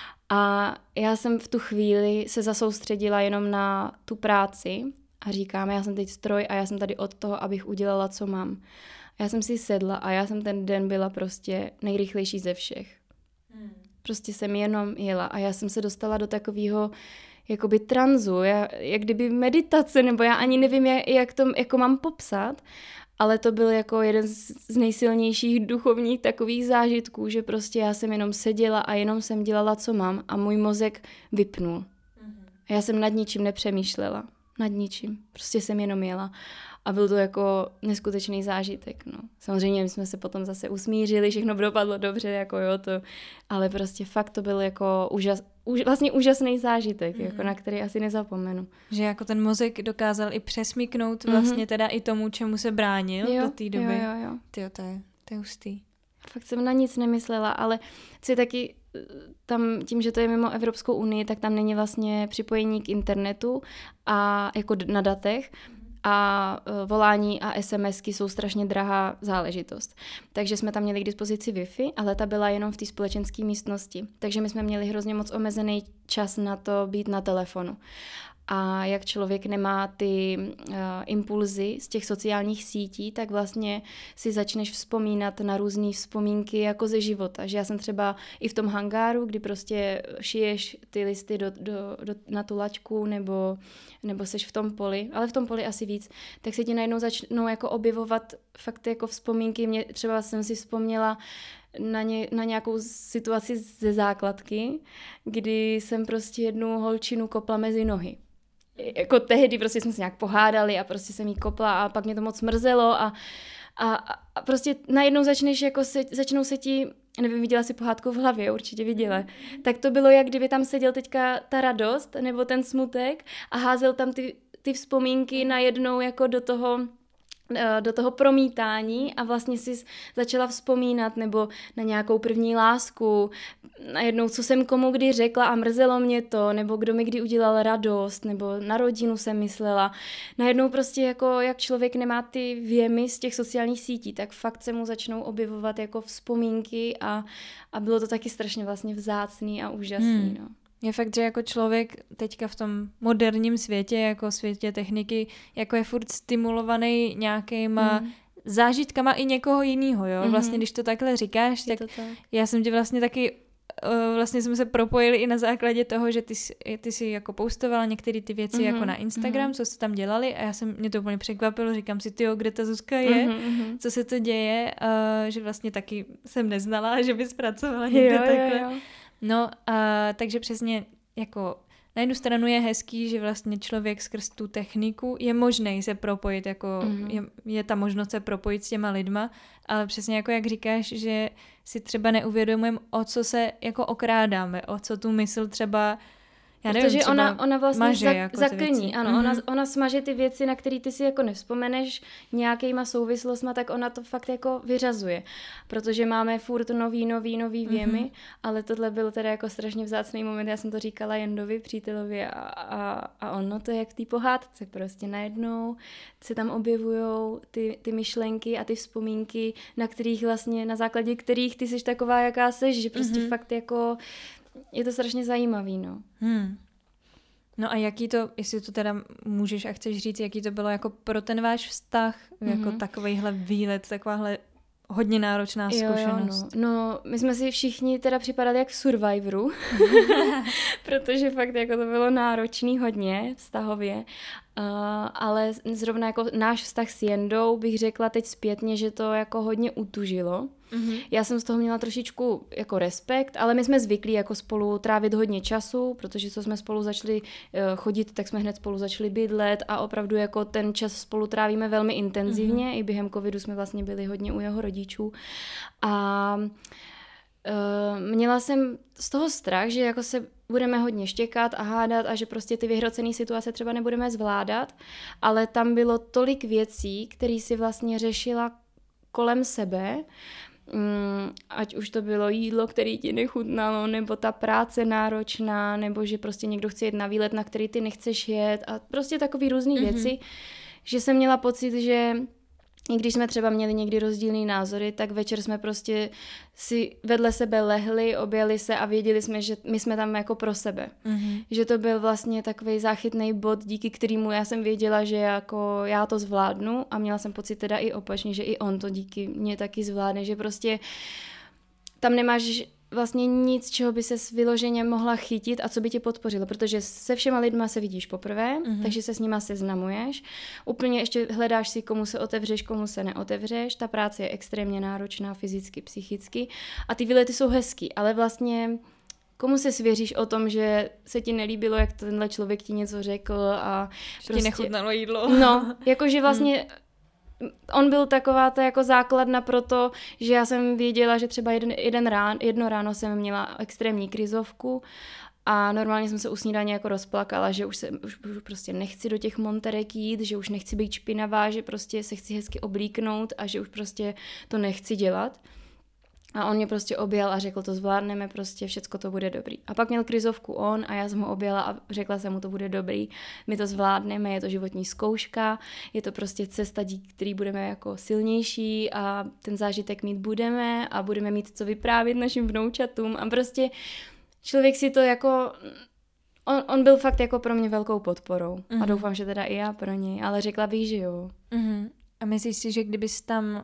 A já jsem v tu chvíli se zasoustředila jenom na tu práci a říkám, já jsem teď stroj a já jsem tady od toho, abych udělala, co mám. A já jsem si sedla a já jsem ten den byla prostě nejrychlejší ze všech. Hmm. Prostě jsem jenom jela a já jsem se dostala do takového jakoby tranzu, já, jak kdyby meditace, nebo já ani nevím, jak, jak to jako mám popsat, ale to byl jako jeden z, z nejsilnějších duchovních takových zážitků, že prostě já jsem jenom seděla a jenom jsem dělala, co mám a můj mozek vypnul. Hmm. A já jsem nad ničím nepřemýšlela, nad ničím, prostě jsem jenom jela. A byl to jako neskutečný zážitek, no. Samozřejmě my jsme se potom zase usmířili, všechno dopadlo dobře, jako jo, to, ale prostě fakt to byl jako úžas, úž, vlastně úžasný zážitek, mm-hmm. jako na který asi nezapomenu. Že jako ten mozek dokázal i přesmyknout vlastně mm-hmm. teda i tomu, čemu se bránil jo, do té doby. Jo, jo, jo. Tyjo, to je, to je hustý. Fakt jsem na nic nemyslela, ale co je taky tam tím, že to je mimo Evropskou unii, tak tam není vlastně připojení k internetu a jako na datech. A volání a SMSky jsou strašně drahá záležitost. Takže jsme tam měli k dispozici Wi-Fi, ale ta byla jenom v té společenské místnosti. Takže my jsme měli hrozně moc omezený čas na to být na telefonu. a jak člověk nemá ty uh, impulzy z těch sociálních sítí, tak vlastně si začneš vzpomínat na různé vzpomínky jako ze života. Že já jsem třeba i v tom hangáru, kdy prostě šiješ ty listy do, do, do, na tu laťku nebo, nebo seš v tom poli, ale v tom poli asi víc, tak se ti najednou začnou jako objevovat fakt jako vzpomínky. Mě třeba jsem si vzpomněla na, ně, na nějakou situaci ze základky, kdy jsem prostě jednu holčinu kopla mezi nohy. Jako tehdy prostě jsme se nějak pohádali a prostě jsem jí kopla a pak mě to moc mrzelo a, a, a prostě najednou začneš jako se, začnou se ti, nevím, viděla si pohádku v hlavě, určitě viděla, tak to bylo, jak kdyby tam seděl teďka ta radost nebo ten smutek a házel tam ty, ty vzpomínky najednou jako do toho do toho promítání a vlastně si začala vzpomínat nebo na nějakou první lásku, najednou, co jsem komu kdy řekla a mrzelo mě to, nebo kdo mi kdy udělal radost, nebo na rodinu jsem myslela. Najednou prostě jako, jak člověk nemá ty věmy z těch sociálních sítí, tak fakt se mu začnou objevovat jako vzpomínky a, a bylo to taky strašně vlastně vzácný a úžasný, hmm. no. Je fakt, že jako člověk teďka v tom moderním světě, jako světě techniky, jako je furt stimulovaný nějakýma mm. zážitkama i někoho jiného, jo. Mm-hmm. Vlastně, když to takhle říkáš, tak, tak já jsem tě vlastně taky, uh, vlastně jsme se propojili i na základě toho, že ty, ty si jako postovala některé ty věci mm-hmm. jako na Instagram, mm-hmm. co jste tam dělali a já jsem, mě to úplně překvapilo, říkám si, tyjo, kde ta Zuzka je, mm-hmm. co se to děje, uh, že vlastně taky jsem neznala, že bys pracovala někde jo, takhle. Jo, jo. No, uh, takže přesně jako na jednu stranu je hezký, že vlastně člověk skrz tu techniku je možný se propojit, jako mm-hmm. je, je ta možnost se propojit s těma lidma, ale přesně jako jak říkáš, že si třeba neuvědomujeme, o co se jako okrádáme, o co tu mysl třeba já nevím, protože ona, ona vlastně maže, zak, jako zaklní, ano, mm-hmm. ona, ona smaže ty věci, na které ty si jako nevzpomeneš nějakýma souvislostma, tak ona to fakt jako vyřazuje, protože máme furt nový, nový, nový věmy, mm-hmm. ale tohle byl teda jako strašně vzácný moment, já jsem to říkala Jendovi, přítelovi a, a, a on, no to je jak v té pohádce, prostě najednou se tam objevujou ty, ty myšlenky a ty vzpomínky, na kterých vlastně, na základě kterých ty jsi taková, jaká seš, že prostě mm-hmm. fakt jako je to strašně zajímavý, no. Hmm. No a jaký to, jestli to teda můžeš a chceš říct, jaký to bylo jako pro ten váš vztah, mm-hmm. jako takovejhle výlet, takováhle hodně náročná zkušenost. Jo, no. no, my jsme si všichni teda připadali jak v Survivoru, protože fakt jako to bylo náročný hodně vztahově, uh, ale zrovna jako náš vztah s Jendou bych řekla teď zpětně, že to jako hodně utužilo. Mm-hmm. Já jsem z toho měla trošičku jako respekt, ale my jsme zvyklí jako spolu trávit hodně času, protože co jsme spolu začali uh, chodit, tak jsme hned spolu začali bydlet a opravdu jako ten čas spolu trávíme velmi intenzivně. Mm-hmm. I během covidu jsme vlastně byli hodně u jeho rodičů. A uh, měla jsem z toho strach, že jako se budeme hodně štěkat a hádat a že prostě ty vyhrocené situace třeba nebudeme zvládat, ale tam bylo tolik věcí, které si vlastně řešila kolem sebe, Mm, ať už to bylo jídlo, které ti nechutnalo, nebo ta práce náročná, nebo že prostě někdo chce jet na výlet, na který ty nechceš jet a prostě takový různý mm-hmm. věci, že jsem měla pocit, že i když jsme třeba měli někdy rozdílný názory, tak večer jsme prostě si vedle sebe lehli, objeli se a věděli jsme, že my jsme tam jako pro sebe. Mm-hmm. Že to byl vlastně takový záchytný bod, díky kterému já jsem věděla, že jako já to zvládnu a měla jsem pocit teda i opačně, že i on to díky mně taky zvládne, že prostě tam nemáš vlastně nic, čeho by ses vyloženě mohla chytit a co by tě podpořilo, protože se všema lidma se vidíš poprvé, mm-hmm. takže se s nima seznamuješ. Úplně ještě hledáš si, komu se otevřeš, komu se neotevřeš. Ta práce je extrémně náročná fyzicky, psychicky a ty výlety jsou hezký, ale vlastně komu se svěříš o tom, že se ti nelíbilo, jak tenhle člověk ti něco řekl a že prostě ti nechutnalo jídlo. No, jakože vlastně hmm. on byl taková ta jako základna pro to, že já jsem věděla, že třeba jeden, jeden rán, jedno ráno jsem měla extrémní krizovku a normálně jsem se u snídaně jako rozplakala, že už, se, už, už prostě nechci do těch monterek jít, že už nechci být špinavá, že prostě se chci hezky oblíknout a že už prostě to nechci dělat. A on mě prostě objel a řekl, to zvládneme, prostě všecko to bude dobrý. A pak měl krizovku on a já jsem ho objela a řekla jsem mu, to bude dobrý, my to zvládneme, je to životní zkouška, je to prostě cesta, díky který budeme jako silnější a ten zážitek mít budeme a budeme mít co vyprávět našim vnoučatům a prostě člověk si to jako On, on byl fakt jako pro mě velkou podporou. Mm-hmm. A doufám, že teda i já pro něj. Ale řekla bych, že jo. Mm-hmm. A myslíš si, že kdybys tam...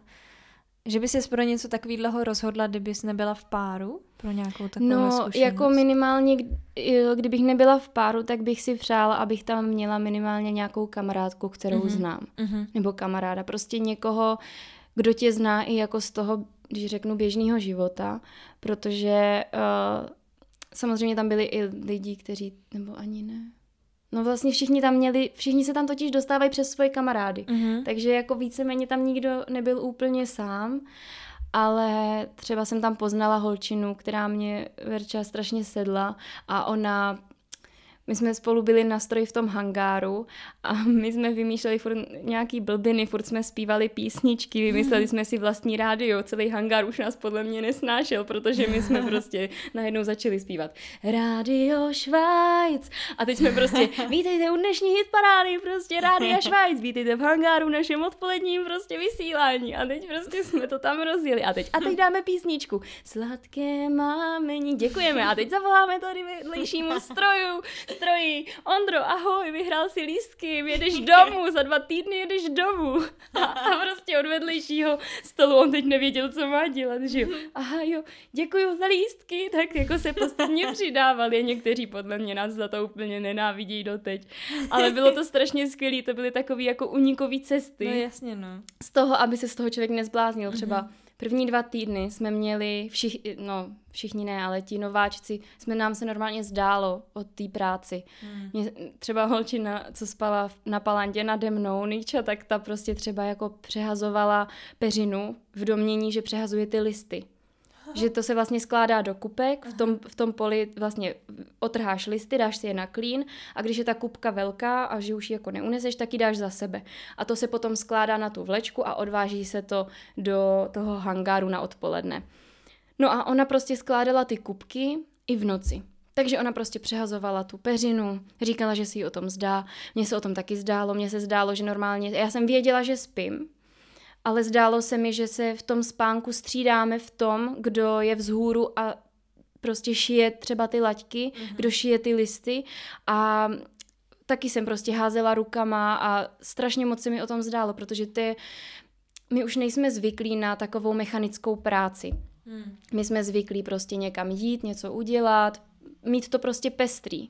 Že by ses pro něco takového rozhodla, kdybys nebyla v páru? Pro nějakou takovou no, zkušenost? No, jako minimálně, kdybych nebyla v páru, tak bych si přála, abych tam měla minimálně nějakou kamarádku, kterou mm-hmm. znám. Mm-hmm. Nebo kamaráda. Prostě někoho, kdo tě zná i jako z toho, když řeknu, běžného života. Protože uh, samozřejmě tam byli i lidi, kteří... Nebo ani ne... No vlastně všichni tam měli, všichni se tam totiž dostávají přes svoje kamarády. Mm-hmm. Takže jako víceméně tam nikdo nebyl úplně sám, ale třeba jsem tam poznala holčinu, která mě Verča strašně sedla a ona... My jsme spolu byli na stroji v tom hangáru a my jsme vymýšleli furt nějaký blbiny, furt jsme zpívali písničky, vymysleli jsme si vlastní rádio, celý hangár už nás podle mě nesnášel, protože my jsme prostě najednou začali zpívat Rádio Švajc a teď jsme prostě vítejte u dnešní hitparády, prostě Rádia Švajc, vítejte v hangáru v našem odpoledním prostě vysílání a teď prostě jsme to tam rozjeli a teď a teď dáme písničku Sladké mámení, děkujeme a teď zavoláme tady vedlejšímu stroju, stroji, Ondro, ahoj, vyhrál si lístky, jedeš domů, za dva týdny jedeš domů. A, a prostě od vedlejšího stolu on teď nevěděl, co má dělat, že jo. Aha, jo, děkuju za lístky, tak jako se postupně přidávali. Někteří podle mě nás za to úplně nenávidí doteď. Ale bylo to strašně skvělé, to byly takový jako unikový cesty. No jasně, no. Z toho, aby se z toho člověk nezbláznil. Třeba mm-hmm. první dva týdny jsme měli, všich, no všichni ne, ale ti nováčci, jsme nám se normálně zdálo od té práci. Mm. Mě, třeba holčina, co spala na palandě nade mnou, Niča, tak ta prostě třeba jako přehazovala peřinu v domění, že přehazuje ty listy. Aha. Že to se vlastně skládá do kupek, v tom, v tom poli vlastně otrháš listy, dáš si je na klín a když je ta kupka velká a že už ji jako neuneseš, tak ji dáš za sebe. A to se potom skládá na tu vlečku a odváží se to do toho hangáru na odpoledne. No a ona prostě skládala ty kupky i v noci. Takže ona prostě přehazovala tu peřinu, říkala, že si ji o tom zdá. Mně se o tom taky zdálo, mně se zdálo, že normálně, já jsem věděla, že spím, ale zdálo se mi, že se v tom spánku střídáme v tom, kdo je vzhůru a prostě šije třeba ty laťky, mm-hmm. kdo šije ty listy a taky jsem prostě házela rukama a strašně moc se mi o tom zdálo, protože to je, my už nejsme zvyklí na takovou mechanickou práci. Hmm. My jsme zvyklí prostě někam jít, něco udělat, mít to prostě pestrý.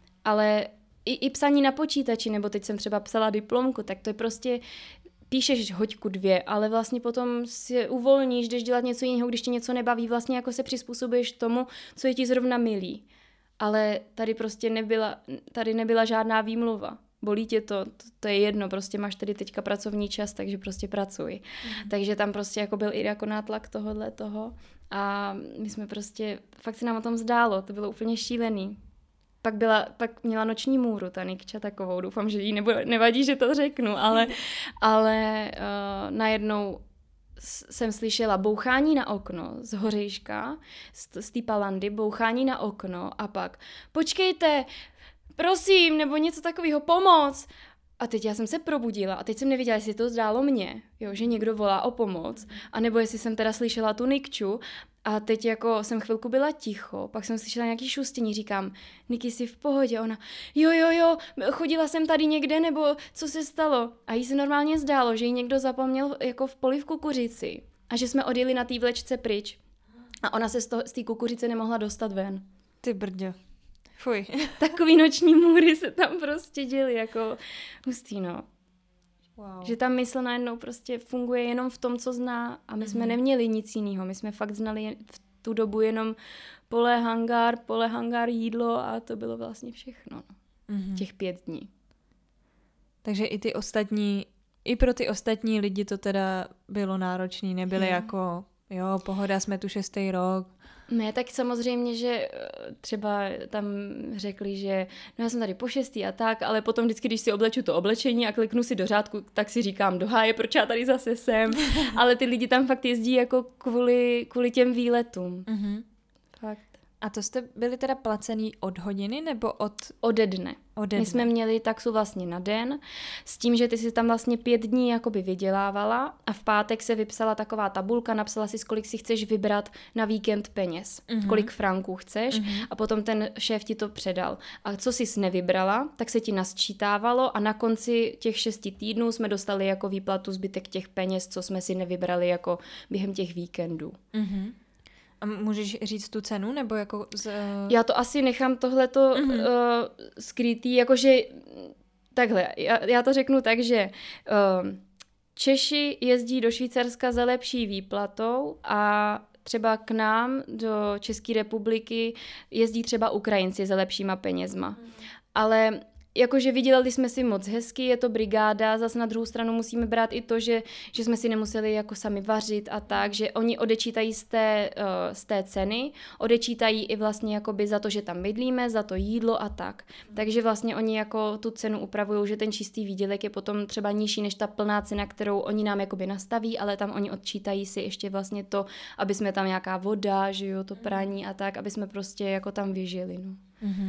Ale i, i psaní na počítači, nebo teď jsem třeba psala diplomku, tak to je prostě, píšeš hoďku dvě, ale vlastně potom si uvolníš, jdeš dělat něco jiného, když tě něco nebaví, vlastně jako se přizpůsobuješ tomu, co je ti zrovna milý. Ale tady prostě nebyla, tady nebyla žádná výmluva. Bolí tě to, to, to je jedno, prostě máš tady teďka pracovní čas, takže prostě pracuj. Mm. Takže tam prostě jako byl i jako nátlak tohohle toho a my jsme prostě, fakt se nám o tom zdálo, to bylo úplně šílený. Pak, byla, pak měla noční můru, ta Nikča takovou, doufám, že jí nebude, nevadí, že to řeknu, ale, ale uh, najednou jsem slyšela bouchání na okno z hořejška, z té palandy, bouchání na okno a pak počkejte, prosím, nebo něco takového, pomoc. A teď já jsem se probudila a teď jsem nevěděla, jestli to zdálo mně, jo, že někdo volá o pomoc, anebo jestli jsem teda slyšela tu Nikču a teď jako jsem chvilku byla ticho, pak jsem slyšela nějaký šustění, říkám, Niky, jsi v pohodě? Ona, jo, jo, jo, chodila jsem tady někde, nebo co se stalo? A jí se normálně zdálo, že jí někdo zapomněl jako v poli v kukuřici a že jsme odjeli na té vlečce pryč a ona se z té kukuřice nemohla dostat ven. Ty brďo. Fuj. Takový noční můry se tam prostě děly, jako hustý, no. Wow. Že ta mysl najednou prostě funguje jenom v tom, co zná a my mm-hmm. jsme neměli nic jiného. My jsme fakt znali v tu dobu jenom pole, hangár, pole, hangár, jídlo a to bylo vlastně všechno. No. Mm-hmm. Těch pět dní. Takže i ty ostatní, i pro ty ostatní lidi to teda bylo náročné, nebyly yeah. jako, jo, pohoda, jsme tu šestý rok. Ne, tak samozřejmě, že třeba tam řekli, že no já jsem tady po šestý a tak, ale potom vždycky, když si obleču to oblečení a kliknu si do řádku, tak si říkám do háje, proč já tady zase jsem. Ale ty lidi tam fakt jezdí jako kvůli, kvůli těm výletům. Mm-hmm. Fakt. A to jste byli teda placený od hodiny nebo od... Ode dne. Ode dne. My jsme měli taxu vlastně na den, s tím, že ty si tam vlastně pět dní jakoby vydělávala a v pátek se vypsala taková tabulka, napsala si, kolik si chceš vybrat na víkend peněz, mm-hmm. kolik franků chceš mm-hmm. a potom ten šéf ti to předal. A co jsi nevybrala, tak se ti nasčítávalo a na konci těch šesti týdnů jsme dostali jako výplatu zbytek těch peněz, co jsme si nevybrali jako během těch víkendů. Mm-hmm. A můžeš říct tu cenu, nebo jako... Z... Já to asi nechám tohleto mm-hmm. uh, skrytý, jakože takhle, já, já to řeknu tak, že uh, Češi jezdí do Švýcarska za lepší výplatou a třeba k nám do České republiky jezdí třeba Ukrajinci za lepšíma penězma. Mm. Ale jakože vydělali jsme si moc hezky, je to brigáda, zase na druhou stranu musíme brát i to, že, že jsme si nemuseli jako sami vařit a tak, že oni odečítají z té, uh, z té ceny, odečítají i vlastně jakoby za to, že tam bydlíme, za to jídlo a tak. Takže vlastně oni jako tu cenu upravují, že ten čistý výdělek je potom třeba nižší než ta plná cena, kterou oni nám jakoby nastaví, ale tam oni odčítají si ještě vlastně to, aby jsme tam nějaká voda, že jo, to praní a tak, aby jsme prostě jako tam vyžili, no. Mm-hmm.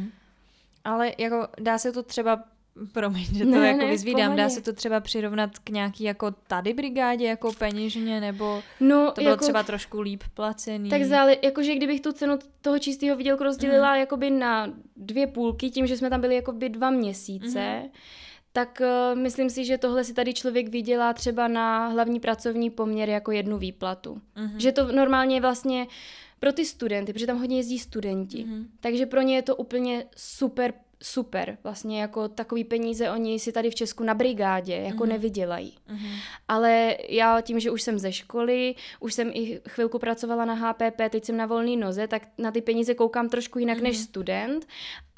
Ale jako dá se to třeba, promiň, že to ne, jako ne, vyzvídám, dá se to třeba přirovnat k nějaký jako tady brigádě, jako peněžně, nebo no, to bylo jako, třeba trošku líp placený? Tak zále, jakože kdybych tu cenu toho čistého výdělku rozdělila mm. jakoby na dvě půlky, tím, že jsme tam byli jakoby dva měsíce, mm. tak uh, myslím si, že tohle si tady člověk vydělá třeba na hlavní pracovní poměr jako jednu výplatu. Mm. Že to normálně je vlastně pro ty studenty, protože tam hodně jezdí studenti. Mm-hmm. Takže pro ně je to úplně super, super. Vlastně jako takový peníze oni si tady v Česku na brigádě jako mm-hmm. nevydělají. Mm-hmm. Ale já tím, že už jsem ze školy, už jsem i chvilku pracovala na H P P, teď jsem na volný noze, tak na ty peníze koukám trošku jinak mm-hmm. než student.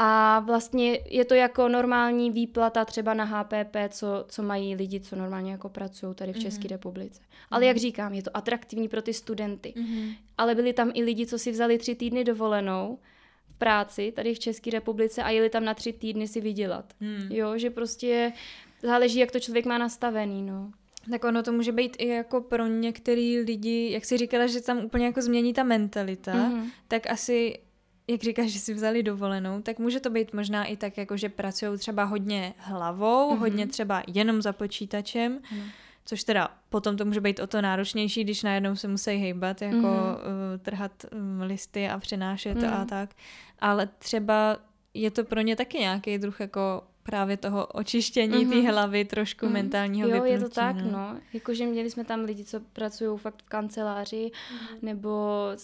A vlastně je to jako normální výplata třeba na H P P, co, co mají lidi, co normálně jako pracují tady v České mm-hmm. republice. Ale jak říkám, je to atraktivní pro ty studenty. Mm-hmm. Ale byli tam i lidi, co si vzali tři týdny dovolenou v práci tady v České republice a jeli tam na tři týdny si vydělat. Mm. Jo, že prostě záleží, jak to člověk má nastavený, no. Tak ono to může být i jako pro některý lidi, jak jsi říkala, že tam úplně jako změní ta mentalita, mm-hmm. tak asi... Jak říkáš, že si vzali dovolenou, tak může to být možná i tak, jako že pracují třeba hodně hlavou, mm-hmm. hodně třeba jenom za počítačem, mm. což teda potom to může být o to náročnější, když najednou se musí hejbat, jako mm-hmm. uh, trhat um, listy a přenášet mm. a tak. Ale třeba je to pro ně taky nějaký druh jako právě toho očištění mm-hmm. té hlavy, trošku mm-hmm. mentálního jo, vypnutí. Jo, je to tak, no. no. Jakože měli jsme tam lidi, co pracují fakt v kanceláři, mm-hmm. nebo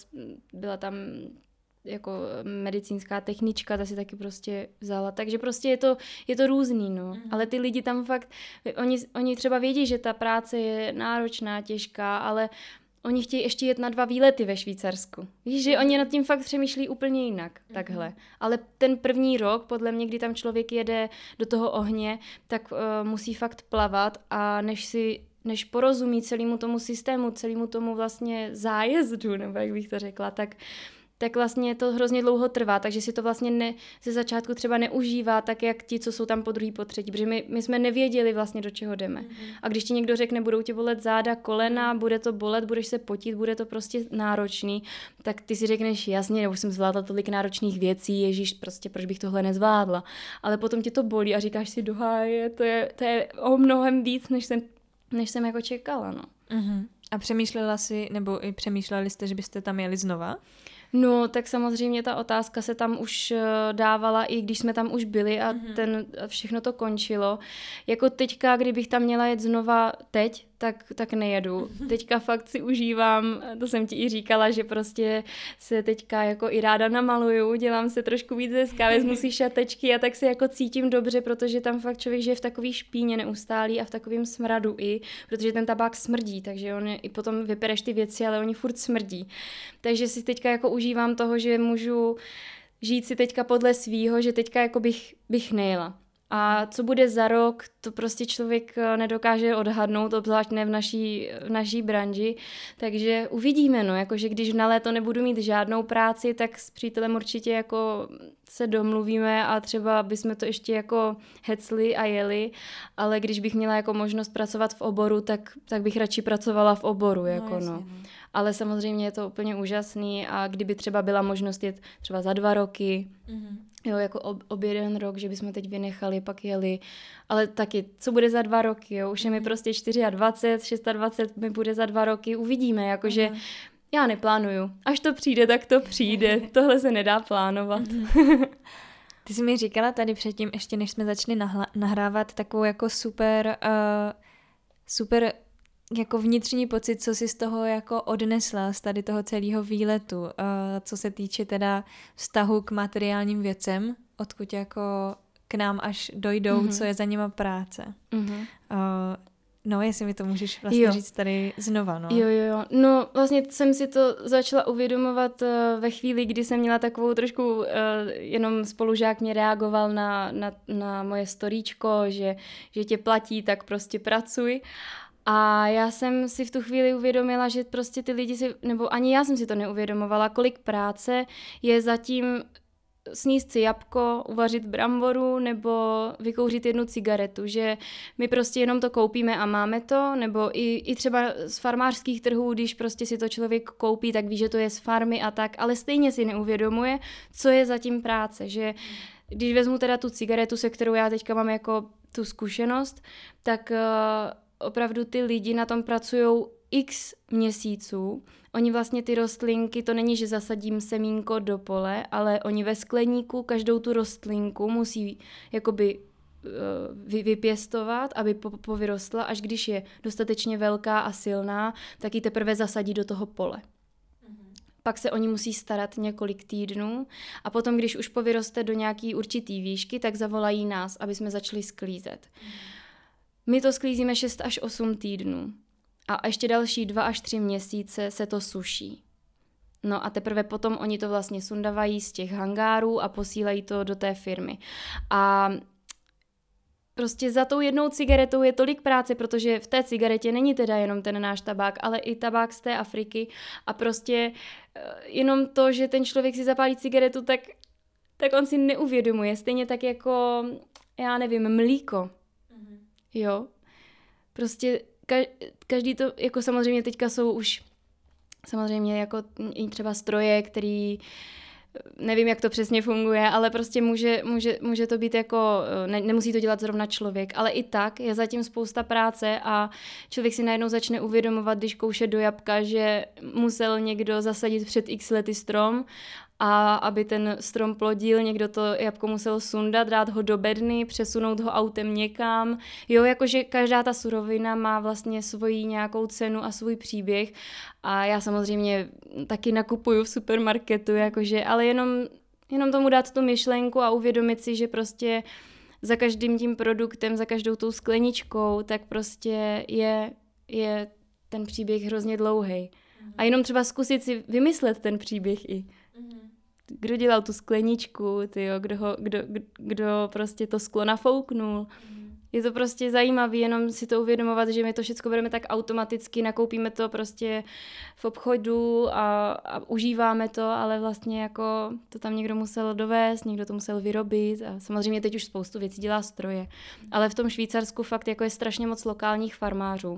byla tam jako medicínská technička, ta si taky prostě vzala, takže prostě je to, je to různý, no, mm. ale ty lidi tam fakt, oni, oni třeba vědí, že ta práce je náročná, těžká, ale oni chtějí ještě jet na dva výlety ve Švýcarsku. Víš, že oni nad tím fakt přemýšlí úplně jinak, mm. takhle. Ale ten první rok, podle mě, kdy tam člověk jede do toho ohně, tak uh, musí fakt plavat a než si než porozumí celému tomu systému, celému tomu vlastně zájezdu, nebo jak bych to řekla, tak tak vlastně to hrozně dlouho trvá, takže si to vlastně ne, ze začátku třeba neužívá tak, jak ti, co jsou tam po druhý, po třetí, protože my, my jsme nevěděli vlastně, do čeho jdeme. Mm-hmm. A když ti někdo řekne, budou ti bolet záda, kolena, bude to bolet, budeš se potit, bude to prostě náročný, tak ty si řekneš, jasně, nebo jsem zvládla tolik náročných věcí, ježíš, prostě proč bych tohle nezvládla. Ale potom tě to bolí a říkáš si, doháje, to je, to je o mnohem víc, než jsem, než jsem jako čekala, no. Mm-hmm. A přemýšlela si, nebo i přemýšleli jste, že byste tam jeli znova? No, tak samozřejmě ta otázka se tam už dávala, i když jsme tam už byli a mm-hmm. ten, všechno to končilo. Jako teďka, kdybych tam měla jet znova teď, tak, tak nejedu. Teďka fakt si užívám, to jsem ti i říkala, že prostě se teďka jako i ráda namaluju, dělám se trošku víc hezká, vezmu si šatečky a tak se jako cítím dobře, protože tam fakt člověk žije v takový špíně neustálý a v takovém smradu i, protože ten tabák smrdí, takže on je, i potom vypereš ty věci, ale oni furt smrdí. Takže si teďka jako užívám toho, že můžu žít si teďka podle svýho, že teďka jako bych, bych nejela. A co bude za rok, to prostě člověk nedokáže odhadnout, obzvlášť ne v naší, v naší branži, takže uvidíme, no, jakože když na léto nebudu mít žádnou práci, tak s přítelem určitě jako se domluvíme a třeba bychom to ještě jako hecli a jeli, ale když bych měla jako možnost pracovat v oboru, tak, tak bych radši pracovala v oboru. No, jako jasně, no. no. Ale samozřejmě je to úplně úžasný a kdyby třeba byla možnost jet třeba za dva roky, mm-hmm. jo, jako ob, ob jeden rok, že bychom teď vynechali, pak jeli, ale taky, co bude za dva roky, jo, už je mi prostě dvacet čtyři, dvacet šest, mi bude za dva roky, uvidíme, jakože mm-hmm. já neplánuju. Až to přijde, tak to přijde. Tohle se nedá plánovat. Ty jsi mi říkala tady předtím, ještě než jsme začali nahla- nahrávat, takovou jako super, uh, super jako vnitřní pocit, co jsi z toho jako odnesla, z tady toho celého výletu, uh, co se týče teda vztahu k materiálním věcem, odkud jako k nám až dojdou, mm-hmm. co je za nima práce. Mm-hmm. Uh, No, jestli mi to můžeš vlastně jo. říct tady znova, no. Jo, jo, jo. No, vlastně jsem si to začala uvědomovat uh, ve chvíli, kdy jsem měla takovou trošku, uh, jenom spolužák mě reagoval na, na, na moje storíčko, že, že tě platí, tak prostě pracuj. A já jsem si v tu chvíli uvědomila, že prostě ty lidi si, nebo ani já jsem si to neuvědomovala, kolik práce je zatím sníst si jabko, uvařit bramboru nebo vykouřit jednu cigaretu, že my prostě jenom to koupíme a máme to, nebo i, i třeba z farmářských trhů, když prostě si to člověk koupí, tak ví, že to je z farmy a tak, ale stejně si neuvědomuje, co je zatím práce, že když vezmu teda tu cigaretu, se kterou já teďka mám jako tu zkušenost, tak uh, opravdu ty lidi na tom pracujou x měsíců. Oni vlastně ty rostlinky, to není, že zasadím semínko do pole, ale oni ve skleníku každou tu rostlinku musí jakoby uh, vypěstovat, aby po, povyrostla, až když je dostatečně velká a silná, tak ji teprve zasadí do toho pole. Mm-hmm. Pak se oni musí starat několik týdnů a potom, když už povyroste do nějaký určitý výšky, tak zavolají nás, aby jsme začali sklízet. Mm-hmm. My to sklízíme šest až osm týdnů. A ještě další dva až tři měsíce se to suší. No a teprve potom oni to vlastně sundavají z těch hangárů a posílají to do té firmy. A prostě za tou jednou cigaretou je tolik práce, protože v té cigaretě není teda jenom ten náš tabák, ale i tabák z té Afriky. A prostě jenom to, že ten člověk si zapálí cigaretu, tak, tak on si neuvědomuje. Stejně tak jako, já nevím, mlíko. Mhm. Jo. Prostě každý to, jako samozřejmě teďka jsou už samozřejmě jako i třeba stroje, který nevím, jak to přesně funguje, ale prostě může, může, může to být jako, ne, nemusí to dělat zrovna člověk, ale i tak je zatím spousta práce a člověk si najednou začne uvědomovat, když kouše do jabka, že musel někdo zasadit před x lety strom a aby ten strom plodil, někdo to jabko musel sundat, dát ho do bedny, přesunout ho autem někam. Jo, jakože každá ta surovina má vlastně svoji nějakou cenu a svůj příběh a já samozřejmě taky nakupuju v supermarketu, jakože, ale jenom, jenom tomu dát tu myšlenku a uvědomit si, že prostě za každým tím produktem, za každou tou skleničkou, tak prostě je, je ten příběh hrozně dlouhej. A jenom třeba zkusit si vymyslet ten příběh i. Kdo dělal tu skleničku, tyjo, kdo, ho, kdo, kdo prostě to sklo nafouknul. Mm. Je to prostě zajímavé jenom si to uvědomovat, že my to všechno bereme tak automaticky, nakoupíme to prostě v obchodu a, a užíváme to, ale vlastně jako to tam někdo musel dovést, někdo to musel vyrobit a samozřejmě teď už spoustu věcí dělá stroje. Mm. Ale v tom Švýcarsku fakt jako je strašně moc lokálních farmářů.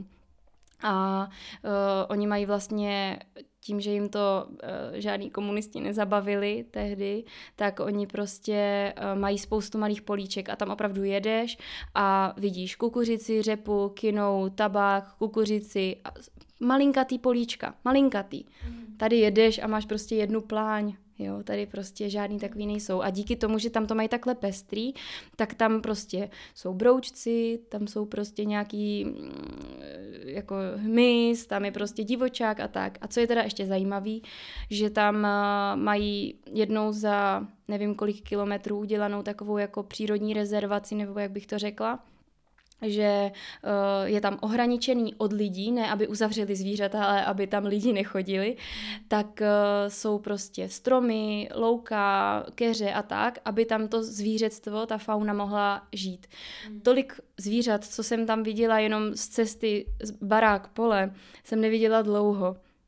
A uh, oni mají vlastně tím, že jim to uh, žádný komunisti nezabavili tehdy, tak oni prostě uh, mají spoustu malých políček a tam opravdu jedeš a vidíš kukuřici, řepu, kinou, tabák, kukuřici, a malinkatý políčka, malinkatý. Mm. Tady jedeš a máš prostě jednu pláň. Jo, tady prostě žádný takový nejsou. A díky tomu, že tam to mají takhle pestrý, tak tam prostě jsou broučci, tam jsou prostě nějaký jako hmyz, tam je prostě divočák a tak. A co je teda ještě zajímavý, že tam mají jednou za nevím kolik kilometrů udělanou takovou jako přírodní rezervaci, nebo jak bych to řekla, že uh, je tam ohraničený od lidí, ne aby uzavřeli zvířata, ale aby tam lidi nechodili, tak uh, jsou prostě stromy, louka, keře a tak, aby tam to zvířectvo, ta fauna mohla žít. Mm. Tolik zvířat, co jsem tam viděla jenom z cesty z barák pole, jsem neviděla dlouho.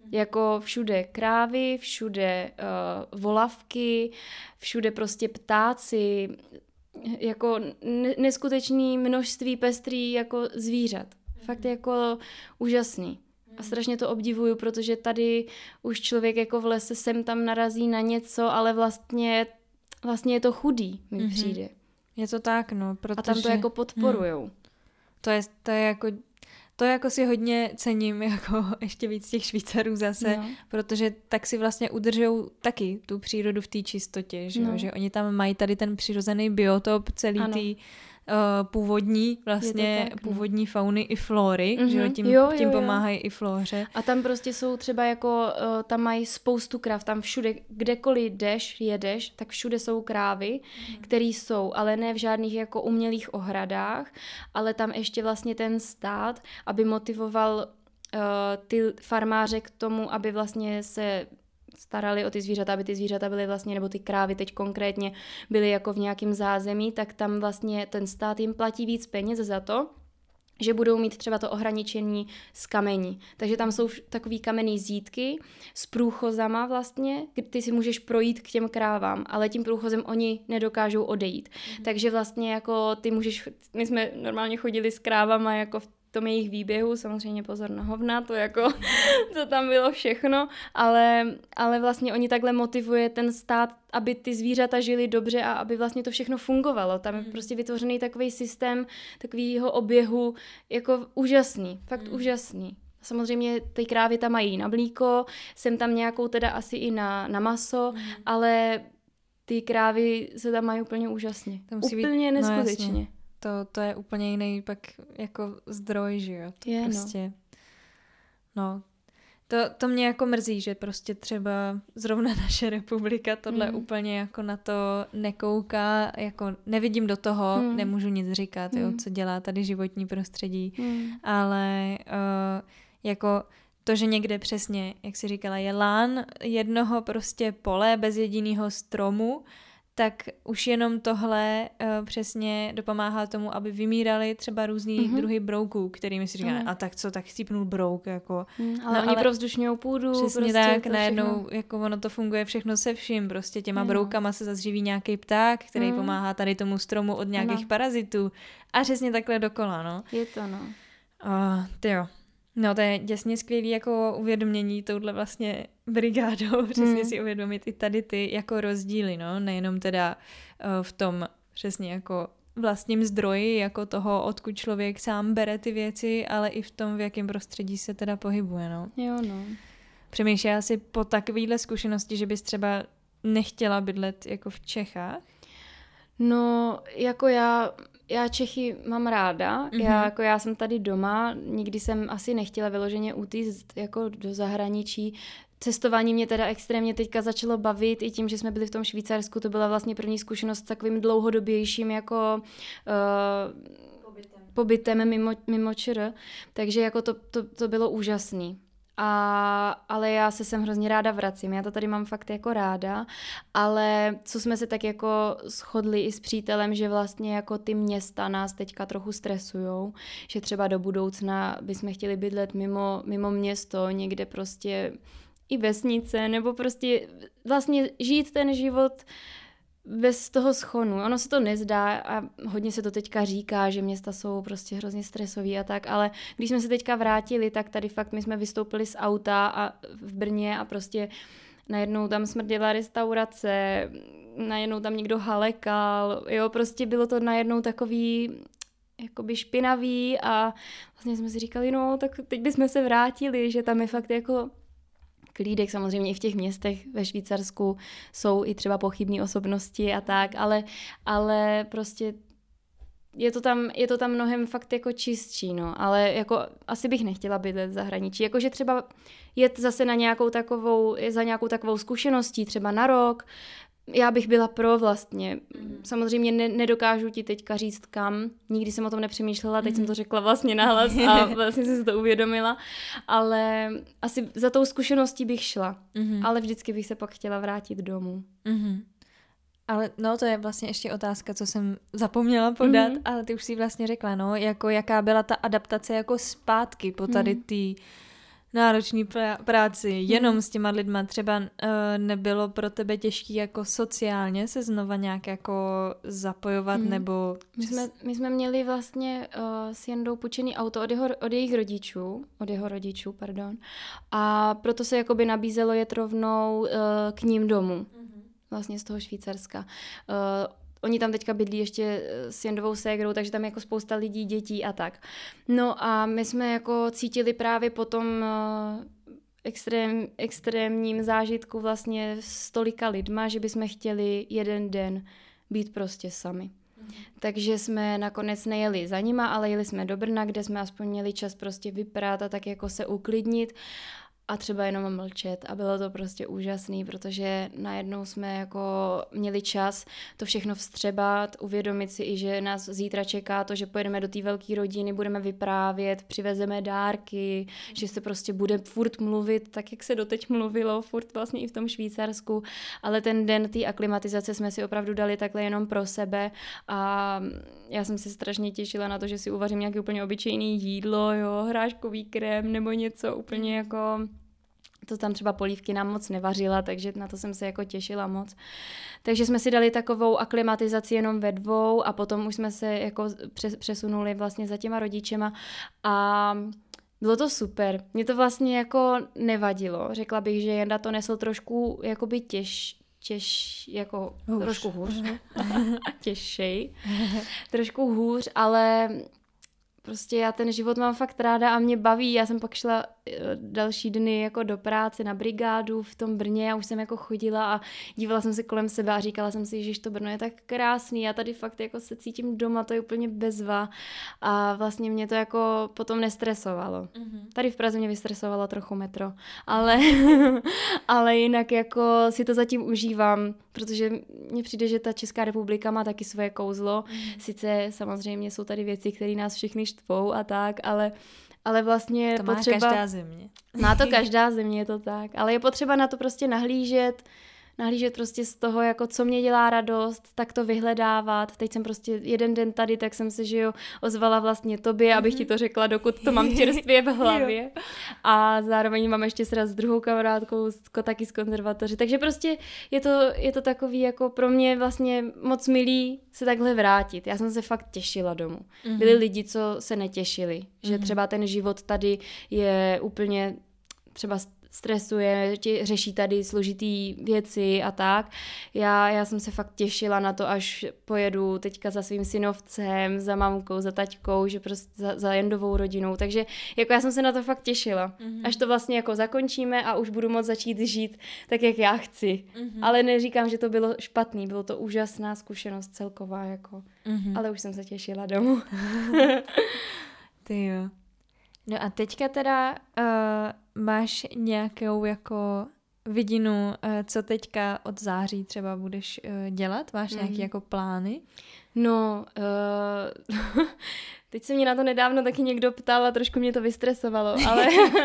Jako všude krávy, všude uh, volavky, všude prostě ptáci, jako neskutečné množství pestrý jako zvířat. Fakt jako úžasný. A strašně to obdivuju, protože tady už člověk jako v lese sem tam narazí na něco, ale vlastně, vlastně je to chudý, mi mm-hmm. přijde. Je to tak, no. Protože... A tam to jako podporujou. Hmm. To je, to je jako... To jako si hodně cením, jako ještě víc těch Švýcarů zase, no. Protože tak si vlastně udržujou taky tu přírodu v té čistotě, že, no. že oni tam mají tady ten přirozený biotop celý tý uh, původní, vlastně tak, původní no. fauny i flory, mm-hmm. že tím, jo, tím jo, pomáhají jo. i flóře. A tam prostě jsou třeba jako, uh, tam mají spoustu kráv, tam všude, kdekoliv jdeš, jedeš, tak všude jsou krávy, mm. které jsou, ale ne v žádných jako umělých ohradách, ale tam ještě vlastně ten stát, aby motivoval uh, ty farmáře k tomu, aby vlastně se starali o ty zvířata, aby ty zvířata byly vlastně, nebo ty krávy teď konkrétně byly jako v nějakém zázemí, tak tam vlastně ten stát jim platí víc peněz za to, že budou mít třeba to ohraničení z kamení. Takže tam jsou takový kamenný zítky s průchozama vlastně, ty si můžeš projít k těm krávám, ale tím průchozem oni nedokážou odejít. Mm. Takže vlastně jako ty můžeš, my jsme normálně chodili s krávama jako v tom jejich výběhu, samozřejmě pozor na hovna, to jako, to tam bylo všechno, ale, ale vlastně oni takhle motivuje ten stát, aby ty zvířata žili dobře a aby vlastně to všechno fungovalo. Tam je prostě vytvořený takový systém takovýho oběhu, jako úžasný, fakt mm. úžasný. Samozřejmě ty krávy tam mají na mlíko, jsem tam nějakou teda asi i na, na maso, mm. ale ty krávy se tam mají úplně úžasně. Úplně být... neskutečně. No, To, to je úplně jiný pak jako zdroj, že jo? To je, prostě, no. no. To, to mě jako mrzí, že prostě třeba zrovna naše republika tohle mm. úplně jako na to nekouká, jako nevidím do toho, mm. nemůžu nic říkat, mm. jo, co dělá tady životní prostředí, mm. ale uh, jako to, že někde přesně, jak jsi říkala, je lán jednoho prostě pole bez jediného stromu, tak už jenom tohle uh, přesně dopomáhá tomu, aby vymíraly třeba různý mm-hmm. druhy brouků, kterými si říká, mm. a tak co, tak chcípnul brouk, jako. Mm, ale no, oni ale provzdušňujou půdu. Přesně prostě tak, najednou, jako ono to funguje všechno se vším, prostě těma mm. broukama se zase živí nějaký pták, který mm. pomáhá tady tomu stromu od nějakých ano. parazitů a přesně takhle dokola, no. Je to, no. Uh, tyjo. No to je děsně skvělý jako uvědomění touhle vlastně brigádou, přesně hmm. si uvědomit i tady ty jako rozdíly, no, nejenom teda uh, v tom přesně jako vlastním zdroji, jako toho, odkud člověk sám bere ty věci, ale i v tom, v jakém prostředí se teda pohybuje, no. Jo, no. Přemýšlím asi po takovýhle zkušenosti, že bys třeba nechtěla bydlet jako v Čechách? No, jako já... Já Čechy mám ráda, mm-hmm. já, jako já jsem tady doma, nikdy jsem asi nechtěla vyloženě utíct jako do zahraničí. Cestování mě teda extrémně teďka začalo bavit, i tím, že jsme byli v tom Švýcarsku, to byla vlastně první zkušenost s takovým dlouhodobějším jako uh, pobytem, pobytem mimo, mimo ČR, takže jako to, to, to bylo úžasný. A, ale já se sem hrozně ráda vracím, já to tady mám fakt jako ráda, ale co jsme se tak jako shodli i s přítelem, že vlastně jako ty města nás teďka trochu stresujou, že třeba do budoucna bychom chtěli bydlet mimo, mimo město, někde prostě i vesnice, nebo prostě vlastně žít ten život bez toho schonu. Ono se to nezdá a hodně se to teďka říká, že města jsou prostě hrozně stresový a tak, ale když jsme se teďka vrátili, tak tady fakt my jsme vystoupili z auta a v Brně a prostě najednou tam smrděla restaurace, najednou tam někdo halekal, jo, prostě bylo to najednou takový jakoby špinavý a vlastně jsme si říkali, no, tak teď bychom se vrátili, že tam je fakt jako klídek, samozřejmě i v těch městech ve Švýcarsku jsou i třeba pochybné osobnosti a tak, ale, ale prostě je to tam, je to tam mnohem fakt jako čistší, no, ale jako asi bych nechtěla bydlet v zahraničí, jakože třeba jet zase na nějakou takovou, za nějakou takovou zkušeností, třeba na rok, já bych byla pro vlastně. Mm. Samozřejmě ne, nedokážu ti teďka říct kam, nikdy jsem o tom nepřemýšlela, teď mm. jsem to řekla vlastně nahlas a vlastně jsem si to uvědomila, ale asi za tou zkušeností bych šla, mm. ale vždycky bych se pak chtěla vrátit domů. Mm. Ale no, to je vlastně ještě otázka, co jsem zapomněla podat, mm. ale ty už si vlastně řekla, no, jako jaká byla ta adaptace jako zpátky po tady tý náročný prá- práci jenom mm. s těma lidma. Třeba uh, nebylo pro tebe těžký jako sociálně se znova nějak jako zapojovat mm. nebo... My jsme, my jsme měli vlastně uh, s Jandou půjčený auto od, jeho, od jejich rodičů, od jeho rodičů, pardon. A proto se jakoby nabízelo jet rovnou uh, k ním domů. Mm. Vlastně z toho Švýcarska. Uh, Oni tam teďka bydlí ještě s Jandovou ségrou, takže tam je jako spousta lidí, dětí a tak. No a my jsme jako cítili právě po tom uh, extrém, extrémním zážitku vlastně s tolika lidma, že bychom chtěli jeden den být prostě sami. Mm. Takže jsme nakonec nejeli za nima, ale jeli jsme do Brna, kde jsme aspoň měli čas prostě vyprat a tak jako se uklidnit. A třeba jenom mlčet a bylo to prostě úžasný, protože najednou jsme jako měli čas to všechno vstřebat, uvědomit si i, že nás zítra čeká to, že pojedeme do té velké rodiny, budeme vyprávět, přivezeme dárky, že se prostě bude furt mluvit, tak jak se doteď mluvilo, furt vlastně i v tom Švýcarsku, ale ten den té aklimatizace jsme si opravdu dali takhle jenom pro sebe a já jsem se strašně těšila na to, že si uvařím nějaké úplně obyčejný jídlo, jo, hráškový krém nebo něco úplně jako... To tam třeba polívky nám moc nevařila, takže na to jsem se jako těšila moc. Takže jsme si dali takovou aklimatizaci jenom ve dvou a potom už jsme se jako přesunuli vlastně za těma rodičema a bylo to super. Mě to vlastně jako nevadilo. Řekla bych, že Janda to nesl trošku jakoby těž, těž jako hůř. Trošku hůř. Těžšej. Trošku hůř, ale... Prostě já ten život mám fakt ráda a mě baví. Já jsem pak šla další dny jako do práce na brigádu v tom Brně a už jsem jako chodila a dívala jsem se kolem sebe a říkala jsem si, že to Brno je tak krásný. Já tady fakt jako se cítím doma, to je úplně bezva a vlastně mě to jako potom nestresovalo. Mm-hmm. Tady v Praze mě vystresovalo trochu metro, ale, ale jinak jako si to zatím užívám, protože mně přijde, že ta Česká republika má taky svoje kouzlo. Mm-hmm. Sice samozřejmě jsou tady věci, které nás všechny štvou a tak, ale ale vlastně to má potřeba... každá země. Má to každá země, je to tak. Ale je potřeba na to prostě nahlížet, nahlížet prostě z toho, jako co mě dělá radost, tak to vyhledávat. Teď jsem prostě jeden den tady, tak jsem se, že jo, ozvala vlastně tobě, abych ti to řekla, dokud to mám čerstvě v hlavě. A zároveň mám ještě sraz s druhou kamarádkou, taky z konzervatoře. Takže prostě je to, je to takový jako pro mě vlastně moc milý se takhle vrátit. Já jsem se fakt těšila domů. Mm-hmm. Byli lidi, co se netěšili. Že mm-hmm. třeba ten život tady je úplně třeba stresuje, řeší tady složitý věci a tak. Já, já jsem se fakt těšila na to, až pojedu teďka za svým synovcem, za mamkou, za taťkou, že prostě za, za Jandovou rodinou. Takže jako já jsem se na to fakt těšila. Mm-hmm. Až to vlastně jako zakončíme a už budu moct začít žít tak, jak já chci. Mm-hmm. Ale neříkám, že to bylo špatný, bylo to úžasná zkušenost celková, jako. Mm-hmm. Ale už jsem se těšila domů. Ty jo. No a teďka teda uh, máš nějakou jako vidinu, uh, co teďka od září třeba budeš uh, dělat? Máš nějaké mm. jako plány? No, uh, teď se mě na to nedávno taky někdo ptal a trošku mě to vystresovalo, ale,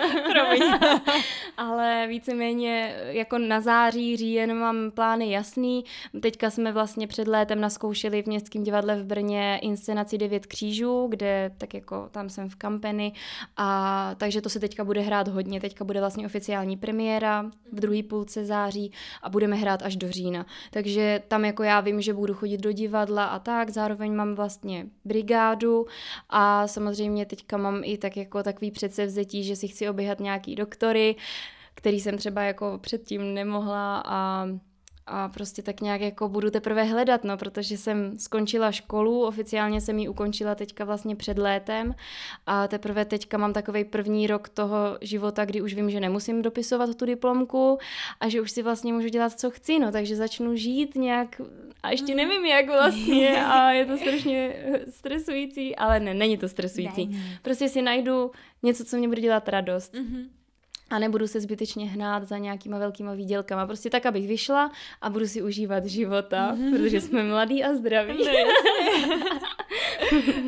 ale víceméně jako na září, říjen mám plány jasný. Teďka jsme vlastně před létem naskoušeli v Městském divadle v Brně inscenaci Devět křížů, kde tak jako tam jsem v kampeni a takže to se teďka bude hrát hodně. Teďka bude vlastně oficiální premiéra v druhé půlce září a budeme hrát až do října. Takže tam jako já vím, že budu chodit do divadla a tak, zároveň mám vlastně brigádu a samozřejmě teďka mám i tak jako takový předsevzetí, že si chci oběhat nějaký doktory, který jsem třeba jako předtím nemohla a a prostě tak nějak jako budu teprve hledat, no, protože jsem skončila školu, oficiálně jsem ji ukončila teďka vlastně před létem a teprve teďka mám takovej první rok toho života, kdy už vím, že nemusím dopisovat tu diplomku a že už si vlastně můžu dělat, co chci, no, takže začnu žít nějak a ještě nevím, jak vlastně a je to strašně stresující, ale ne, není to stresující. Ne. Prostě si najdu něco, co mě bude dělat radost. Mm-hmm. A nebudu se zbytečně hnát za nějakýma velkýma výdělkama. Prostě tak, abych vyšla a budu si užívat života, mm-hmm. protože jsme mladí a zdraví.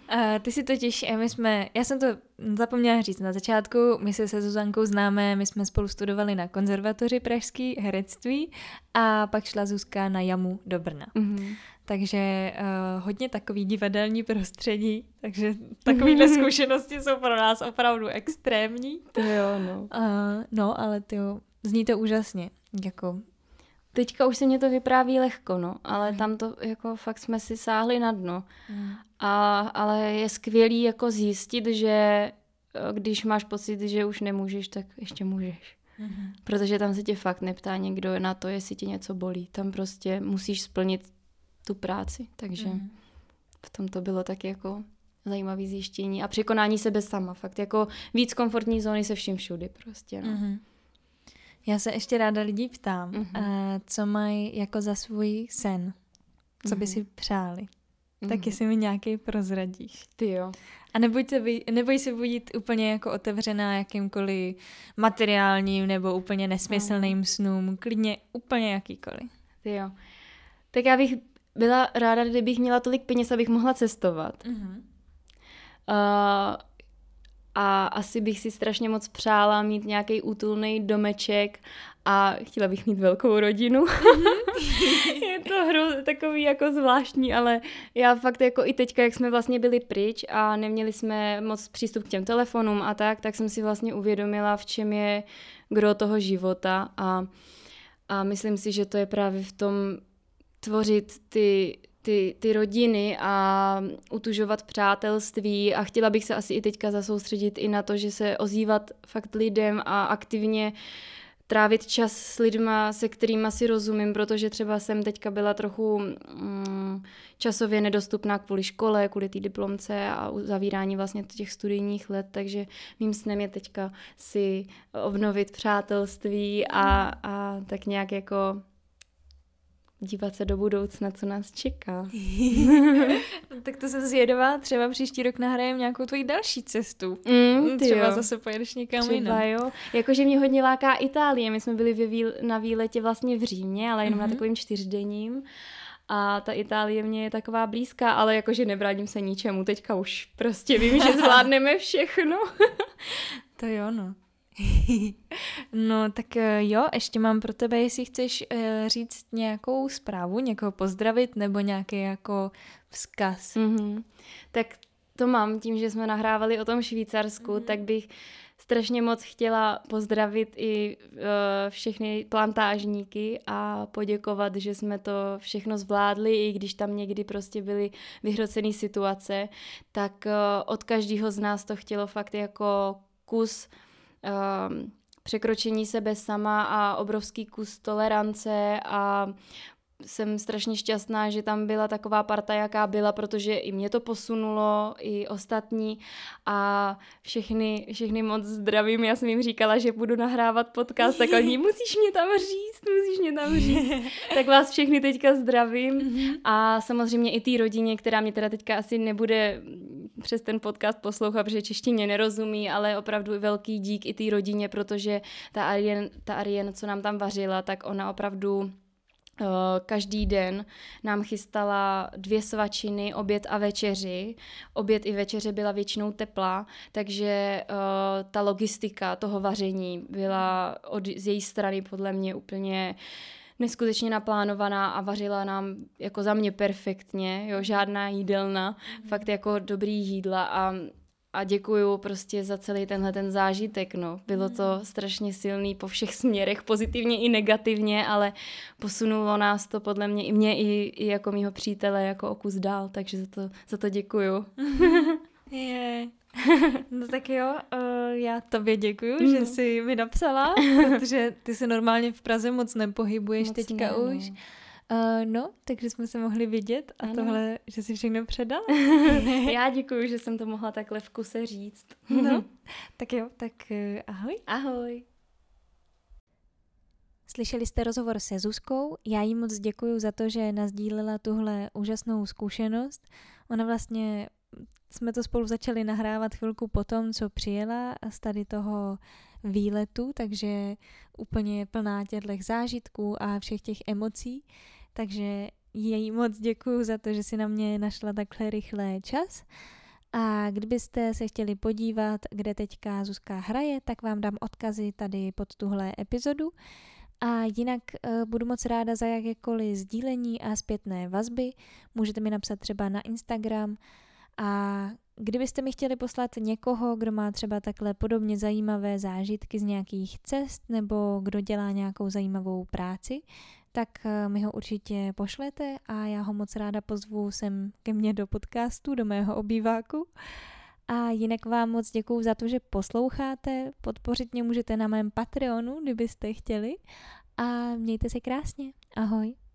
Uh, ty si totiž, my jsme, já jsem to zapomněla říct na začátku, my se se Zuzankou známe, my jsme spolu studovali na konzervatoři pražský herectví a pak šla Zuzka na jamu do Brna. Mm-hmm. Takže uh, hodně takový divadelní prostředí, takže takovýhle zkušenosti jsou pro nás opravdu extrémní. To jo, no. Uh, no, ale tyjo, zní to úžasně, jako... Teďka už se mě to vypráví lehko, no, ale mm. tam to jako fakt jsme si sáhli na dno. Mm. A, ale je skvělý jako zjistit, že když máš pocit, že už nemůžeš, tak ještě můžeš. Mm. Protože tam se tě fakt neptá někdo na to, jestli tě něco bolí. Tam prostě musíš splnit tu práci, takže mm. v tom to bylo tak jako zajímavý zjištění a překonání sebe sama. Fakt jako víc komfortní zóny se vším všudy prostě, no. Mm. Já se ještě ráda lidí ptám, uh-huh. co mají jako za svůj sen, co by uh-huh. si přáli. Uh-huh. Tak jestli mi nějaký prozradíš. Ty jo. A neboj se, by, neboj se být úplně jako otevřená jakýmkoliv materiálním nebo úplně nesmyslným uh-huh. snům, klidně úplně jakýkoliv. Ty jo. Tak já bych byla ráda, kdybych měla tolik peněz, abych mohla cestovat. Uh-huh. Uh, A asi bych si strašně moc přála mít nějaký útulný domeček a chtěla bych mít velkou rodinu. Je to hru takový jako zvláštní, ale já fakt jako i teďka, jak jsme vlastně byli pryč a neměli jsme moc přístup k těm telefonům a tak, tak jsem si vlastně uvědomila, v čem je gro toho života a, a myslím si, že to je právě v tom tvořit ty Ty, ty rodiny a utužovat přátelství a chtěla bych se asi i teďka zasoustředit i na to, že se ozývat fakt lidem a aktivně trávit čas s lidma, se kterými si rozumím, protože třeba jsem teďka byla trochu mm, časově nedostupná kvůli škole, kvůli té diplomce a uzavírání vlastně těch studijních let, takže mým snem je teďka si obnovit přátelství a, a tak nějak jako dívat se do budoucna, co nás čeká. Tak to jsem zvědavá, třeba příští rok nahrajeme nějakou tvoji další cestu. Mm, třeba jo. zase pojedeš někam třeba jinam. Jo. Jakože mě hodně láká Itálie. My jsme byli výl- na výletě vlastně v Římě, ale jenom mm-hmm. na takovým čtyřdenním. A ta Itálie mě je taková blízká, ale jakože nebráním se ničemu. Teďka už prostě vím, že zvládneme všechno. To jo, no. No tak jo, ještě mám pro tebe, jestli chceš uh, říct nějakou zprávu, někoho pozdravit nebo nějaký jako vzkaz. Mm-hmm. Tak to mám tím, že jsme nahrávali o tom Švýcarsku, mm-hmm. tak bych strašně moc chtěla pozdravit i uh, všechny plantážníky a poděkovat, že jsme to všechno zvládli, i když tam někdy prostě byly vyhrocené situace, tak uh, od každého z nás to chtělo fakt jako kus Um, překročení sebe sama a obrovský kus tolerance a jsem strašně šťastná, že tam byla taková parta, jaká byla, protože i mě to posunulo, i ostatní a všechny, všechny moc zdravím. Já jsem jim říkala, že budu nahrávat podcast, tak oni musíš mě tam říct, musíš mě tam říct. Tak vás všechny teďka zdravím a samozřejmě i té rodině, která mě teda teďka asi nebude přes ten podcast poslouchat, protože češtině nerozumí, ale opravdu velký dík i té rodině, protože ta Arjen, ta Arjen, co nám tam vařila, tak ona opravdu každý den nám chystala dvě svačiny, oběd a večeři. Oběd i večeře byla většinou teplá, takže uh, ta logistika toho vaření byla od, z její strany podle mě úplně neskutečně naplánovaná a vařila nám jako za mě perfektně, jo, žádná jídelna, mm. fakt jako dobrý jídla a A děkuju prostě za celý tenhle ten zážitek, no. Bylo to strašně silný po všech směrech, pozitivně i negativně, ale posunulo nás to podle mě, i mě, i, i jako mýho přítele, jako o kus dál, takže za to, za to děkuju. Je. No tak jo, uh, já tobě děkuju, mm. že jsi mi napsala, protože ty se normálně v Praze moc nepohybuješ moc teďka ne, už. No. Uh, no, takže jsme se mohli vidět a ano. Tohle, že jsi všechno předala. Já děkuju, že jsem to mohla takhle v kuse říct. No, tak jo, tak uh, ahoj. Ahoj. Slyšeli jste rozhovor se Zuzkou, já jí moc děkuju za to, že nasdílela tuhle úžasnou zkušenost. Ona vlastně, jsme to spolu začali nahrávat chvilku potom, co přijela z tady toho výletu, takže úplně plná těchto zážitků a všech těch emocí. Takže jej moc děkuju za to, že si na mě našla takhle rychle čas A kdybyste se chtěli podívat, kde teďka Zuzka hraje, tak vám dám odkazy tady pod tuhle epizodu. A jinak uh, budu moc ráda za jakékoliv sdílení a zpětné vazby. Můžete mi napsat třeba na Instagram. A kdybyste mi chtěli poslat někoho, kdo má třeba takhle podobně zajímavé zážitky z nějakých cest nebo kdo dělá nějakou zajímavou práci, tak mi ho určitě pošlete a já ho moc ráda pozvu sem ke mně do podcastu, do mého obýváku. A jinak vám moc děkuju za to, že posloucháte, podpořit mě můžete na mém Patreonu, kdybyste chtěli. A mějte se krásně. Ahoj.